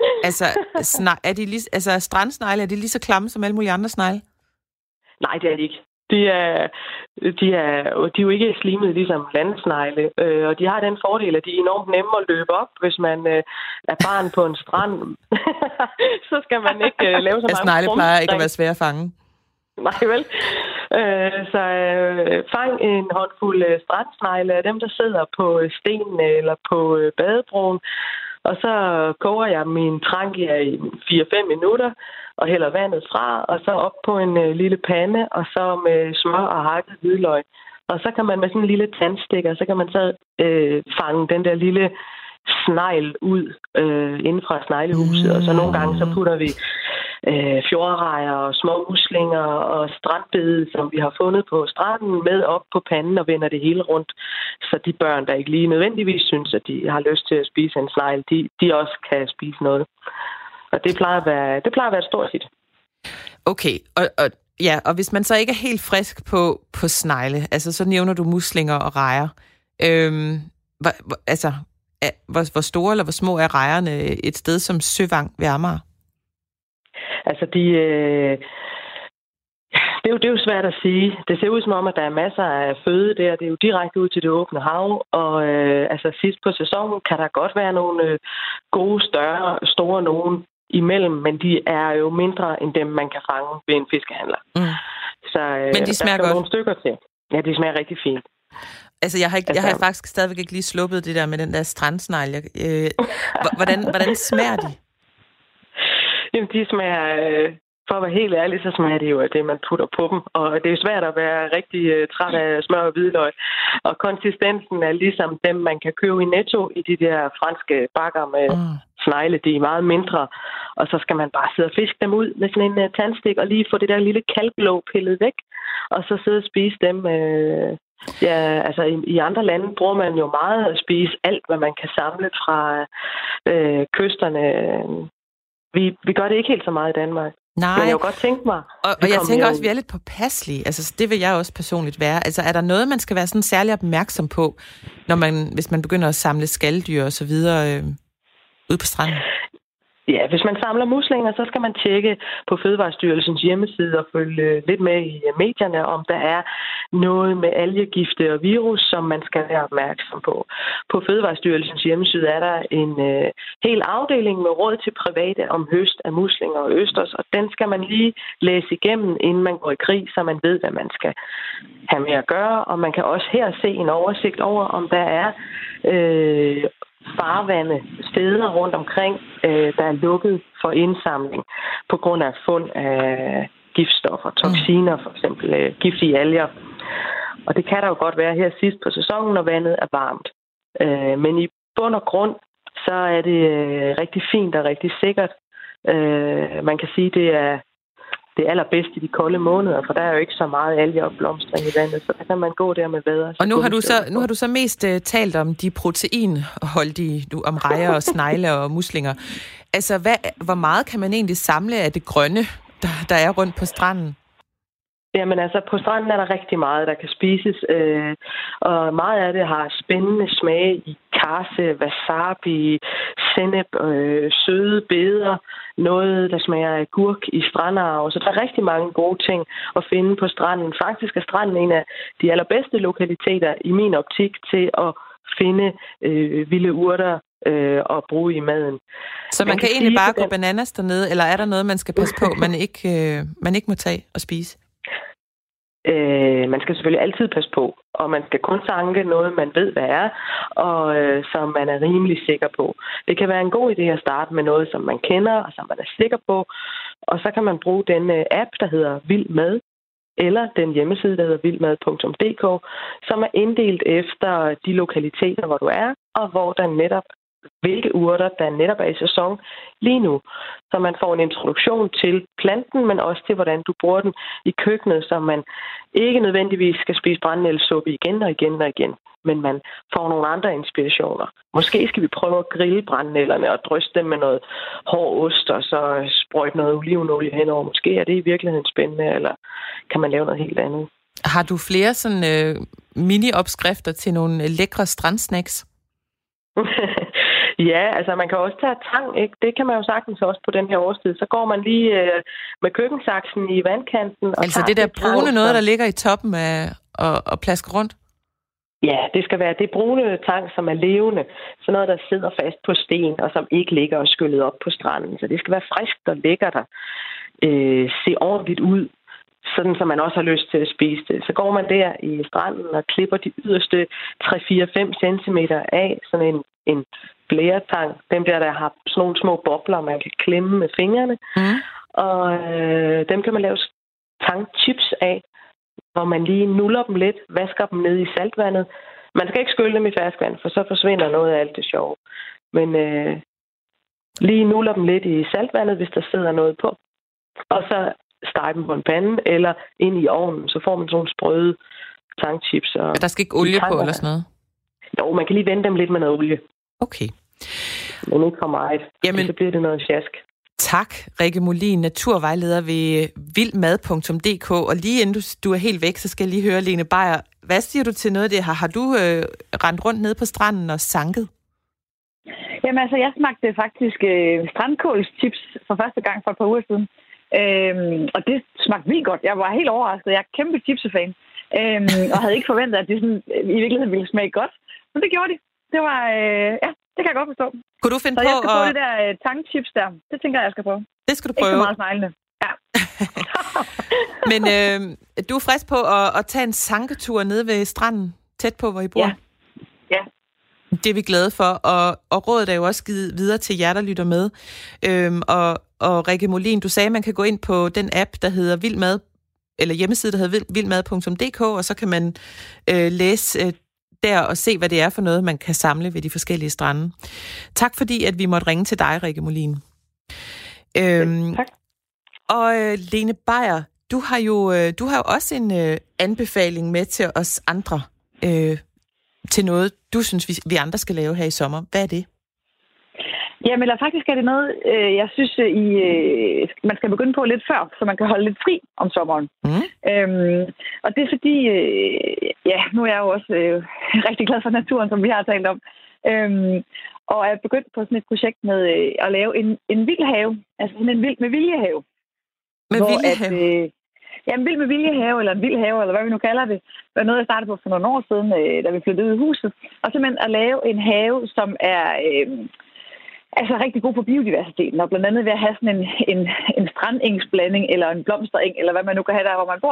altså, strandsnegle, er de lige så klamme som alle mulige andre snegle? Nej, det er de ikke. De er jo ikke slimet ligesom landsnegle, og de har den fordel, at de er enormt nemme at løbe op, hvis man er barn på en strand. Så skal man ikke lave så meget. Snegle plejer ikke at være svære at fange. Nej vel. Så fang en håndfuld strandsnegle af dem, der sidder på stenene eller på badebroen, og så koger jeg min trangia i 4-5 minutter, og hælder vandet fra, og så op på en lille pande, og så med smør og hakket hvidløg. Og så kan man med sådan en lille tandstikker, så kan man så fange den der lille snegl ud inden fra sneglehuset, og så nogle gange så putter vi fjordrejer og små muslinger og strandbede, som vi har fundet på stranden, med op på panden og vender det hele rundt, så de børn, der ikke lige nødvendigvis synes, at de har lyst til at spise en snegl, de også kan spise noget. Og det plejer at være et stort hit. Okay, og hvis man så ikke er helt frisk på snegle, altså så nævner du muslinger og rejer. Hvor store eller hvor små er rejerne et sted som Søvang ved Amager? Altså, det er jo svært at sige. Det ser ud som om, at der er masser af føde der. Det er jo direkte ud til det åbne hav. Og sidst på sæsonen kan der godt være nogle gode, store nogen imellem, men de er jo mindre end dem, man kan fange ved en fiskehandler. Så men de smager der godt. Nogle stykker til. Ja, de smager rigtig fint. Altså, jeg har faktisk stadigvæk ikke lige sluppet det der med den der strandsnegl. Hvordan smager de? Jamen, de smager, for at være helt ærlig, så smager det jo af det, man putter på dem. Og det er jo svært at være rigtig træt af smør og hvidløg. Og konsistensen er ligesom dem, man kan købe i Netto i de der franske bakker med snegle. De er meget mindre. Og så skal man bare sidde og fiske dem ud med sådan en tandstik og lige få det der lille kalklåg pillet væk. Og så sidde og spise dem. I andre lande bruger man jo meget at spise alt, hvad man kan samle fra kysterne. Vi gør det ikke helt så meget i Danmark. Nej. Men jeg kunne godt tænke mig. Og jeg tænker også, at vi er lidt påpasselige. Altså, det vil jeg også personligt være. Altså, er der noget, man skal være sådan særlig opmærksom på, hvis man begynder at samle skaldyr og så videre ude på stranden? Ja, hvis man samler muslinger, så skal man tjekke på Fødevarestyrelsens hjemmeside og følge lidt med i medierne, om der er noget med algegifte og virus, som man skal være opmærksom på. På Fødevarestyrelsens hjemmeside er der en hel afdeling med råd til private om høst af muslinger og østers, og den skal man lige læse igennem, inden man går i krig, så man ved, hvad man skal have med at gøre. Og man kan også her se en oversigt over, om der er farvande, steder rundt omkring, der er lukket for indsamling på grund af fund af giftstoffer, toksiner, for eksempel giftige alger. Og det kan der jo godt være her sidst på sæsonen, når vandet er varmt. Men i bund og grund, så er det rigtig fint og rigtig sikkert. Man kan sige, det er det allerbedste i de kolde måneder, for der er jo ikke så meget algeopblomstring i vandet, så der kan man gå der med vædder. Og nu har du så mest talt om de proteinholdige, om rejer og snegle og muslinger. Altså, hvor meget kan man egentlig samle af det grønne, der er rundt på stranden? Jamen altså, på stranden er der rigtig meget, der kan spises, og meget af det har spændende smage i karse, wasabi, sennep, søde beder, noget, der smager af gurk i strandarv. Så der er rigtig mange gode ting at finde på stranden. Faktisk er stranden en af de allerbedste lokaliteter i min optik til at finde vilde urter og bruge i maden. Så man kan egentlig bare gå bananas dernede, eller er der noget, man skal passe på, man ikke må tage og spise? Man skal selvfølgelig altid passe på, og man skal kun sanke noget, man ved, hvad er, og som man er rimelig sikker på. Det kan være en god idé at starte med noget, som man kender, og som man er sikker på, og så kan man bruge den app, der hedder Vild Mad, eller den hjemmeside, der hedder vildmad.dk, som er inddelt efter de lokaliteter, hvor du er, og hvor der netop hvilke urter, der netop er i sæson lige nu. Så man får en introduktion til planten, men også til, hvordan du bruger den i køkkenet, så man ikke nødvendigvis skal spise brændenældesuppe igen og igen og igen, men man får nogle andre inspirationer. Måske skal vi prøve at grille brændenælderne og drysse dem med noget hård ost, og så sprøjte noget olivenolie henover. Måske er det i virkeligheden spændende, eller kan man lave noget helt andet. Har du flere sådan mini-opskrifter til nogle lækre strandsnacks? Ja, altså man kan også tage tang, ikke? Det kan man jo sagtens også på den her årstid. Så går man lige med køkkensaksen i vandkanten. Og altså det der brune noget, der ligger i toppen af og plasker rundt? Ja, det skal være det brune tang, som er levende. Sådan noget, der sidder fast på sten, og som ikke ligger og skyllet op på stranden. Så det skal være friskt og lækkert og se ordentligt ud, sådan som man også har lyst til at spise det. Så går man der i stranden og klipper de yderste 3-4-5 cm af sådan en blæretang. Dem der har sådan nogle små bobler, man kan klemme med fingrene. Og dem kan man lave tangchips af, hvor man lige nuller dem lidt, vasker dem ned i saltvandet. Man skal ikke skylle dem i ferskvand, for så forsvinder noget af alt det sjove. Men lige nuller dem lidt i saltvandet, hvis der sidder noget på. Og så stege dem på en pande, eller ind i ovnen, så får man sådan nogle sprøde tangchips. Og der skal ikke olie på, eller sådan noget? Jo, man kan lige vende dem lidt med noget olie. Okay. Men ikke for meget, så bliver det noget sjask. Tak, Rikke Molin, naturvejleder ved vildmad.dk. Og lige inden du er helt væk, så skal jeg lige høre, Lene Beyer, hvad siger du til noget af det her? Har du rendt rundt nede på stranden og sanket? Jamen altså, jeg smagte faktisk strandkålschips for første gang for et par uger siden. Og det smagte vildt godt. Jeg var helt overrasket. Jeg er kæmpe chipsefan. Og havde ikke forventet, at de sådan, i virkeligheden ville smage godt. Men det gjorde de. Det var, det kan jeg godt forstå. Kunne du finde så på jeg skal prøve det der tangchips der. Det tænker jeg skal prøve. Det skal du prøve. Ikke så meget sneglende. Ja. Men du er frisk på at tage en sanketur nede ved stranden, tæt på, hvor I bor? Ja. Det er vi glade for, og rådet er jo også givet videre til jer, der lytter med. Og Rikke Molin, du sagde, at man kan gå ind på den app, der hedder Vildmad, eller hjemmeside, der hedder vildmad.dk, og så kan man læse der og se, hvad det er for noget, man kan samle ved de forskellige strande. Tak fordi, at vi måtte ringe til dig, Rikke Molin. Tak. Og Lene Beyer, du har jo også en anbefaling med til os andre, til noget, du synes, vi andre skal lave her i sommer. Hvad er det? Jamen, eller faktisk er det noget, jeg synes, man skal begynde på lidt før, så man kan holde lidt fri om sommeren. Og det er fordi, nu er jeg jo også rigtig glad for naturen, som vi har talt om. Og er begyndt på sådan et projekt med at lave en vild have. Altså sådan en vild med viljehave. Med viljehave? En vild med viljehave, eller en vild have, eller hvad vi nu kalder det. Det var noget, jeg startede på for nogle år siden, da vi flyttede ud i huset. Og simpelthen at lave en have, som er rigtig god for biodiversiteten. Og blandt andet ved at have sådan en strandengsblanding, eller en blomstereng, eller hvad man nu kan have der, hvor man bor.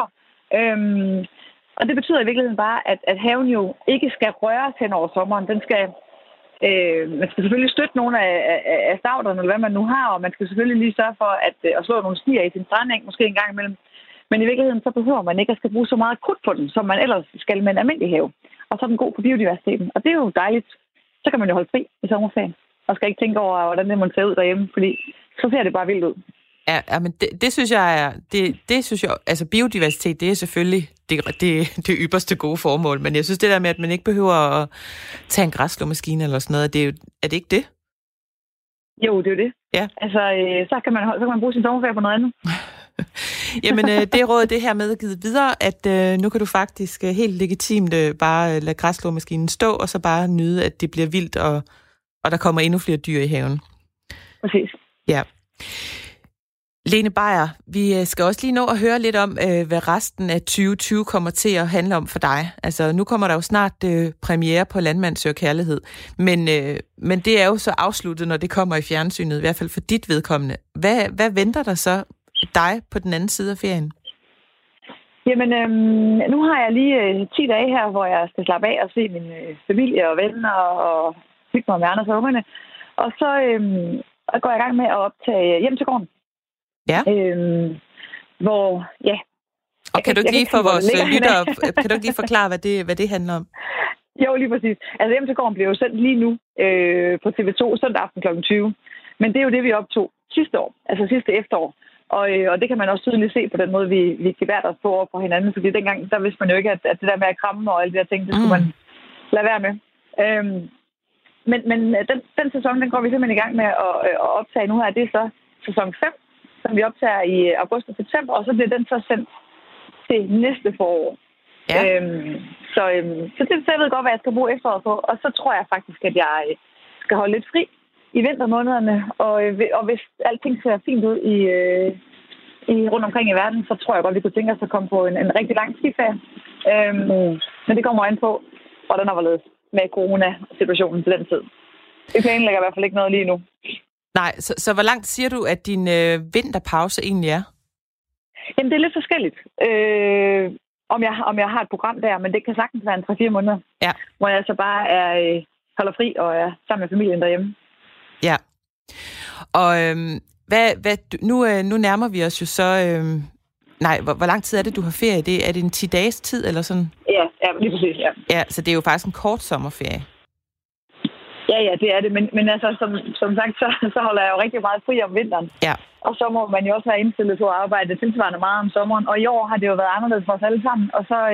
Og det betyder i virkeligheden bare, at haven jo ikke skal røres hen over sommeren. Den skal... man skal selvfølgelig støtte nogle af stavterne, eller hvad man nu har, og man skal selvfølgelig lige sørge for at slå nogle stier i sin strandeng, måske en gang imellem. Men i virkeligheden, så behøver man ikke at skal bruge så meget krudt på den, som man ellers skal med en almindelig have. Og så er den god på biodiversiteten. Og det er jo dejligt. Så kan man jo holde fri i sommerferien, og skal ikke tænke over, hvordan det må se ud derhjemme, fordi så ser det bare vildt ud. Ja, men det synes jeg det synes jeg, altså biodiversitet, det er selvfølgelig det ypperste gode formål, men jeg synes det der med, at man ikke behøver at tage en græsslåmaskine eller sådan noget, er det ikke det? Jo, det er jo det. Ja. Altså, så kan man bruge sin sommerferie på noget andet. Jamen, det råd det her med givet videre, at nu kan du faktisk helt legitimt bare lade græsslåmaskinen stå, og så bare nyde, at det bliver vildt, og der kommer endnu flere dyr i haven. Præcis. Ja. Lene Beyer, vi skal også lige nå at høre lidt om, hvad resten af 2020 kommer til at handle om for dig. Altså, nu kommer der jo snart premiere på Landmand søger kærlighed, men det er jo så afsluttet, når det kommer i fjernsynet, i hvert fald for dit vedkommende. Hvad venter der så dig på den anden side af ferien? Jamen, nu har jeg lige 10 dage her, hvor jeg skal slappe af og se min familie og venner og hygge mig med Anders og ungerne. Og så går jeg i gang med at optage Hjem til gården. Ja. Hvor, ja. Og kan du ikke lige for vores lyttere, kan du ikke lige forklare, hvad det handler om? Jo, lige præcis. Altså Hjem til gården bliver jo sendt lige nu på TV2 søndag aften kl. 20. Men det er jo det, vi optog sidste år, altså sidste efterår. Og det kan man også tydeligt se på den måde, vi gebærte os på over for hinanden. Fordi dengang, der vidste man jo ikke, at det der med at kramme og alle de der ting, det skulle man lade være med. Men den sæson, den går vi simpelthen i gang med at optage nu her. Det er så sæson 5, som vi optager i august og september, og så bliver den så sendt til næste forår. Ja. Så jeg ved godt, hvad jeg skal bruge efteråret på. Og så tror jeg faktisk, at jeg skal holde lidt fri i vintermånederne, og hvis alting ser fint ud i rundt omkring i verden, så tror jeg godt, vi kunne tænke os at komme på en rigtig lang skiferie. Men det kommer an på, hvordan der var ledet med corona-situationen til den tid. Vi planlægger i hvert fald ikke noget lige nu. Nej, så hvor langt siger du, at din vinterpause egentlig er? Jamen, det er lidt forskelligt, om jeg har et program der, men det kan sagtens være en 3-4 måneder, ja. Hvor jeg så bare holder fri og er sammen med familien derhjemme. Ja, og nu nærmer vi os jo så... hvor lang tid er det, du har ferie? Er det en 10 dages tid, eller sådan? Ja, lige præcis, ja. Ja, så det er jo faktisk en kort sommerferie. Ja, det er det. Men altså, som sagt, så holder jeg jo rigtig meget fri om vinteren. Ja. Og så må man jo også være indstillet på at arbejde tilsvarende meget om sommeren. Og i år har det jo været anderledes for os alle sammen. Og så,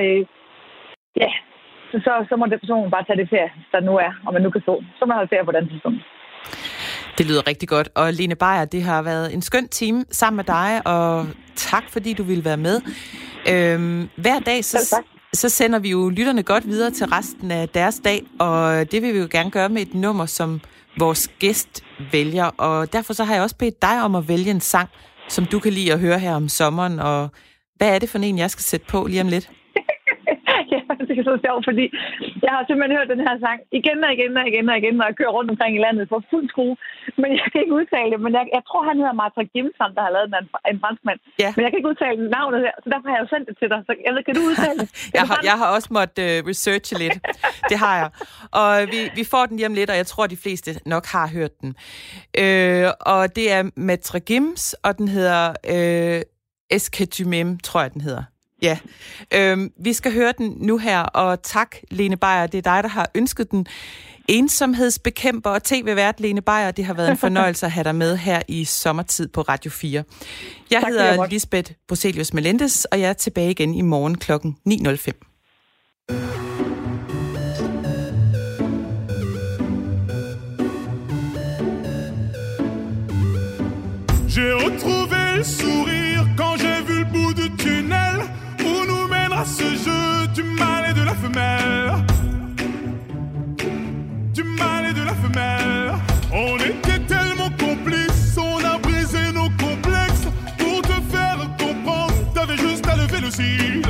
så må det personen bare tage det ferie, der nu er, og man nu kan få. Så må man holde ferie på den tidspunkt. Det lyder rigtig godt. Og Lene Beyer, det har været en skøn time sammen med dig, og tak fordi du ville være med. Hver dag, så sender vi jo lytterne godt videre til resten af deres dag, og det vil vi jo gerne gøre med et nummer, som vores gæst vælger. Og derfor så har jeg også bedt dig om at vælge en sang, som du kan lide at høre her om sommeren. Og hvad er det for en, jeg skal sætte på lige om lidt? Ja, det er så sjovt, fordi jeg har simpelthen hørt den her sang igen og igen, når jeg kører rundt omkring i landet på fuld skrue. Men jeg kan ikke udtale det, men jeg tror, han hedder Martin Gimson, der har lavet den, en franskmand. Ja. Men jeg kan ikke udtale navnet her, så derfor har jeg jo sendt det til dig. Så jeg ved, kan du udtale det? Jeg har også måttet researche lidt. Det har jeg. Og vi får den hjem lidt, og jeg tror, de fleste nok har hørt den. Og det er Maître Gims, og den hedder Est-ce que tu m'aimes, tror jeg, den hedder. Ja, vi skal høre den nu her, og tak, Lene Beyer. Det er dig, der har ønsket den. Ensomhedsbekæmper og tv-vært Lene Beyer. Det har været en fornøjelse at have dig med her i sommertid på Radio 4. Jeg hedder Lisbeth Broselius Melendez, og jeg er tilbage igen i morgen kl. 9.05. J'ai retrouvé le sourire quand j'ai vu le bout du tunnel où nous mènera ce jeu du mâle et de la femelle. Du mâle et de la femelle. On était tellement complices, on a brisé nos complexes pour te faire comprendre. T'avais juste à lever le cil.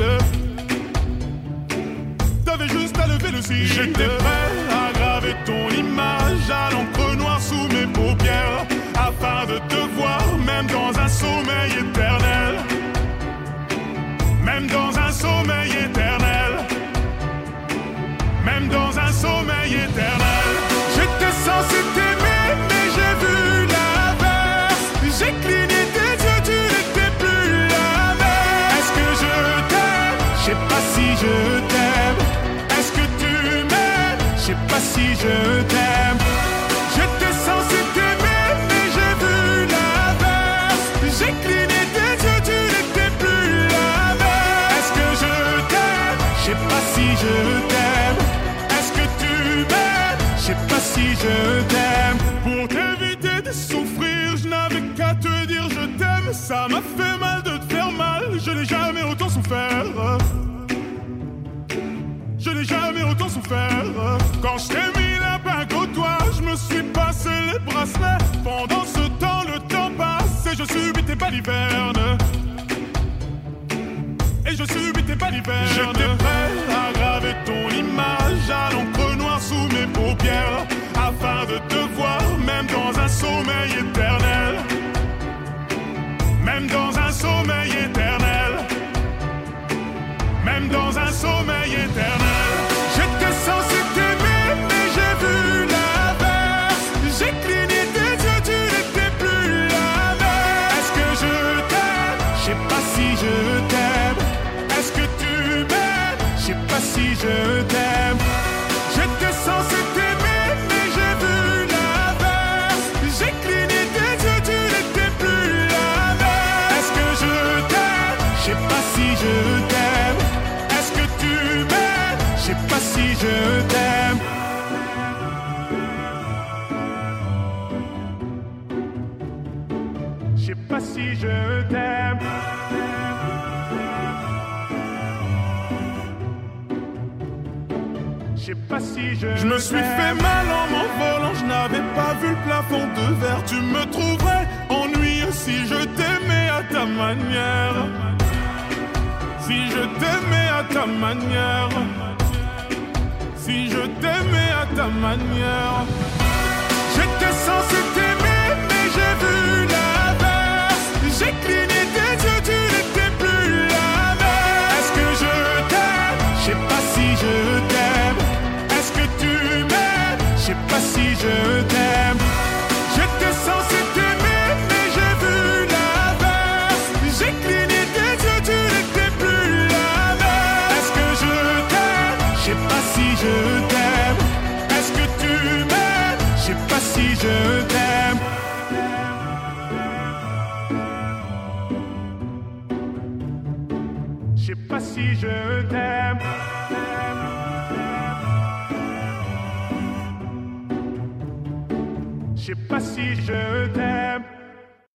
T'avais juste à lever le cil. J'étais prêt à graver ton image à l'encre noire sous mes paupières afin de te voir même dans un sommeil éternel. Même dans un sommeil éternel. Même dans un sommeil éternel. J'étais censé t'aimer, mais j'ai vu l'inverse. J'ai cligné tes yeux, tu n'étais plus la même. Est-ce que je t'aime? Je sais pas si je t'aime. Est-ce que tu m'aimes? Je sais pas si je t'aime. J'étais censé t'aimer, mais j'ai vu l'inverse. J'ai cligné tes yeux, tu n'étais plus la même. Est-ce que je t'aime? Je sais pas si je t'aime. Est-ce que tu m'aimes? Je sais pas si je t'aime. Pour t'éviter de souffrir, je n'avais qu'à te dire je t'aime. Ça m'a fait mal de te faire mal. Je n'ai jamais autant souffert. Je n'ai jamais autant souffert. Quand je t'ai mis la bague au doigt, je me suis passé les bracelets. Pendant ce temps, le temps passe et je subis tes balivernes. Et je subis tes balivernes. J'étais prêt à graver ton image à l'encre noire sous mes paupières afin de te voir même dans un sommeil éternel. Même dans un sommeil éternel. Même dans un sommeil éternel. J'étais censé t'aimer, mais j'ai vu l'inverse. J'ai cligné tes yeux, tu n'étais plus la même. Est-ce que je t'aime? Je sais pas si je t'aime. Est-ce que tu m'aimes? Je sais pas si je t'aime. J'étais censé t'aimer, mais j'ai vu l'inverse. J'ai cligné tes yeux, tu n'étais plus la même. Est-ce que je t'aime? Je sais pas si je t'aime. Est-ce que tu m'aimes? Je sais pas si je t'aime. Je sais pas si je t'aime. Je sais pas si je me suis fait mal en m'envolant, je n'avais pas vu le plafond de verre. Tu me trouverais ennuyeux si je t'aimais à ta manière. Si je t'aimais à ta manière. Si je t'aimais à ta manière. J'étais censé t'aimer, mais j'ai vu l'inverse. J'ai cligné tes yeux, tu n'étais plus la même. Est-ce que je t'aime? Je sais pas si je t'aime. Est-ce que tu m'aimes? Je sais pas si je t'aime. J'étais censé t'aimer, mais j'ai vu l'inverse. J'ai cligné tes yeux, tu n'étais plus la même. Est-ce que je t'aime? Je sais pas si je t'aime. Est-ce que tu m'aimes? Je sais pas si je t'aime. Je sais pas si je t'aime.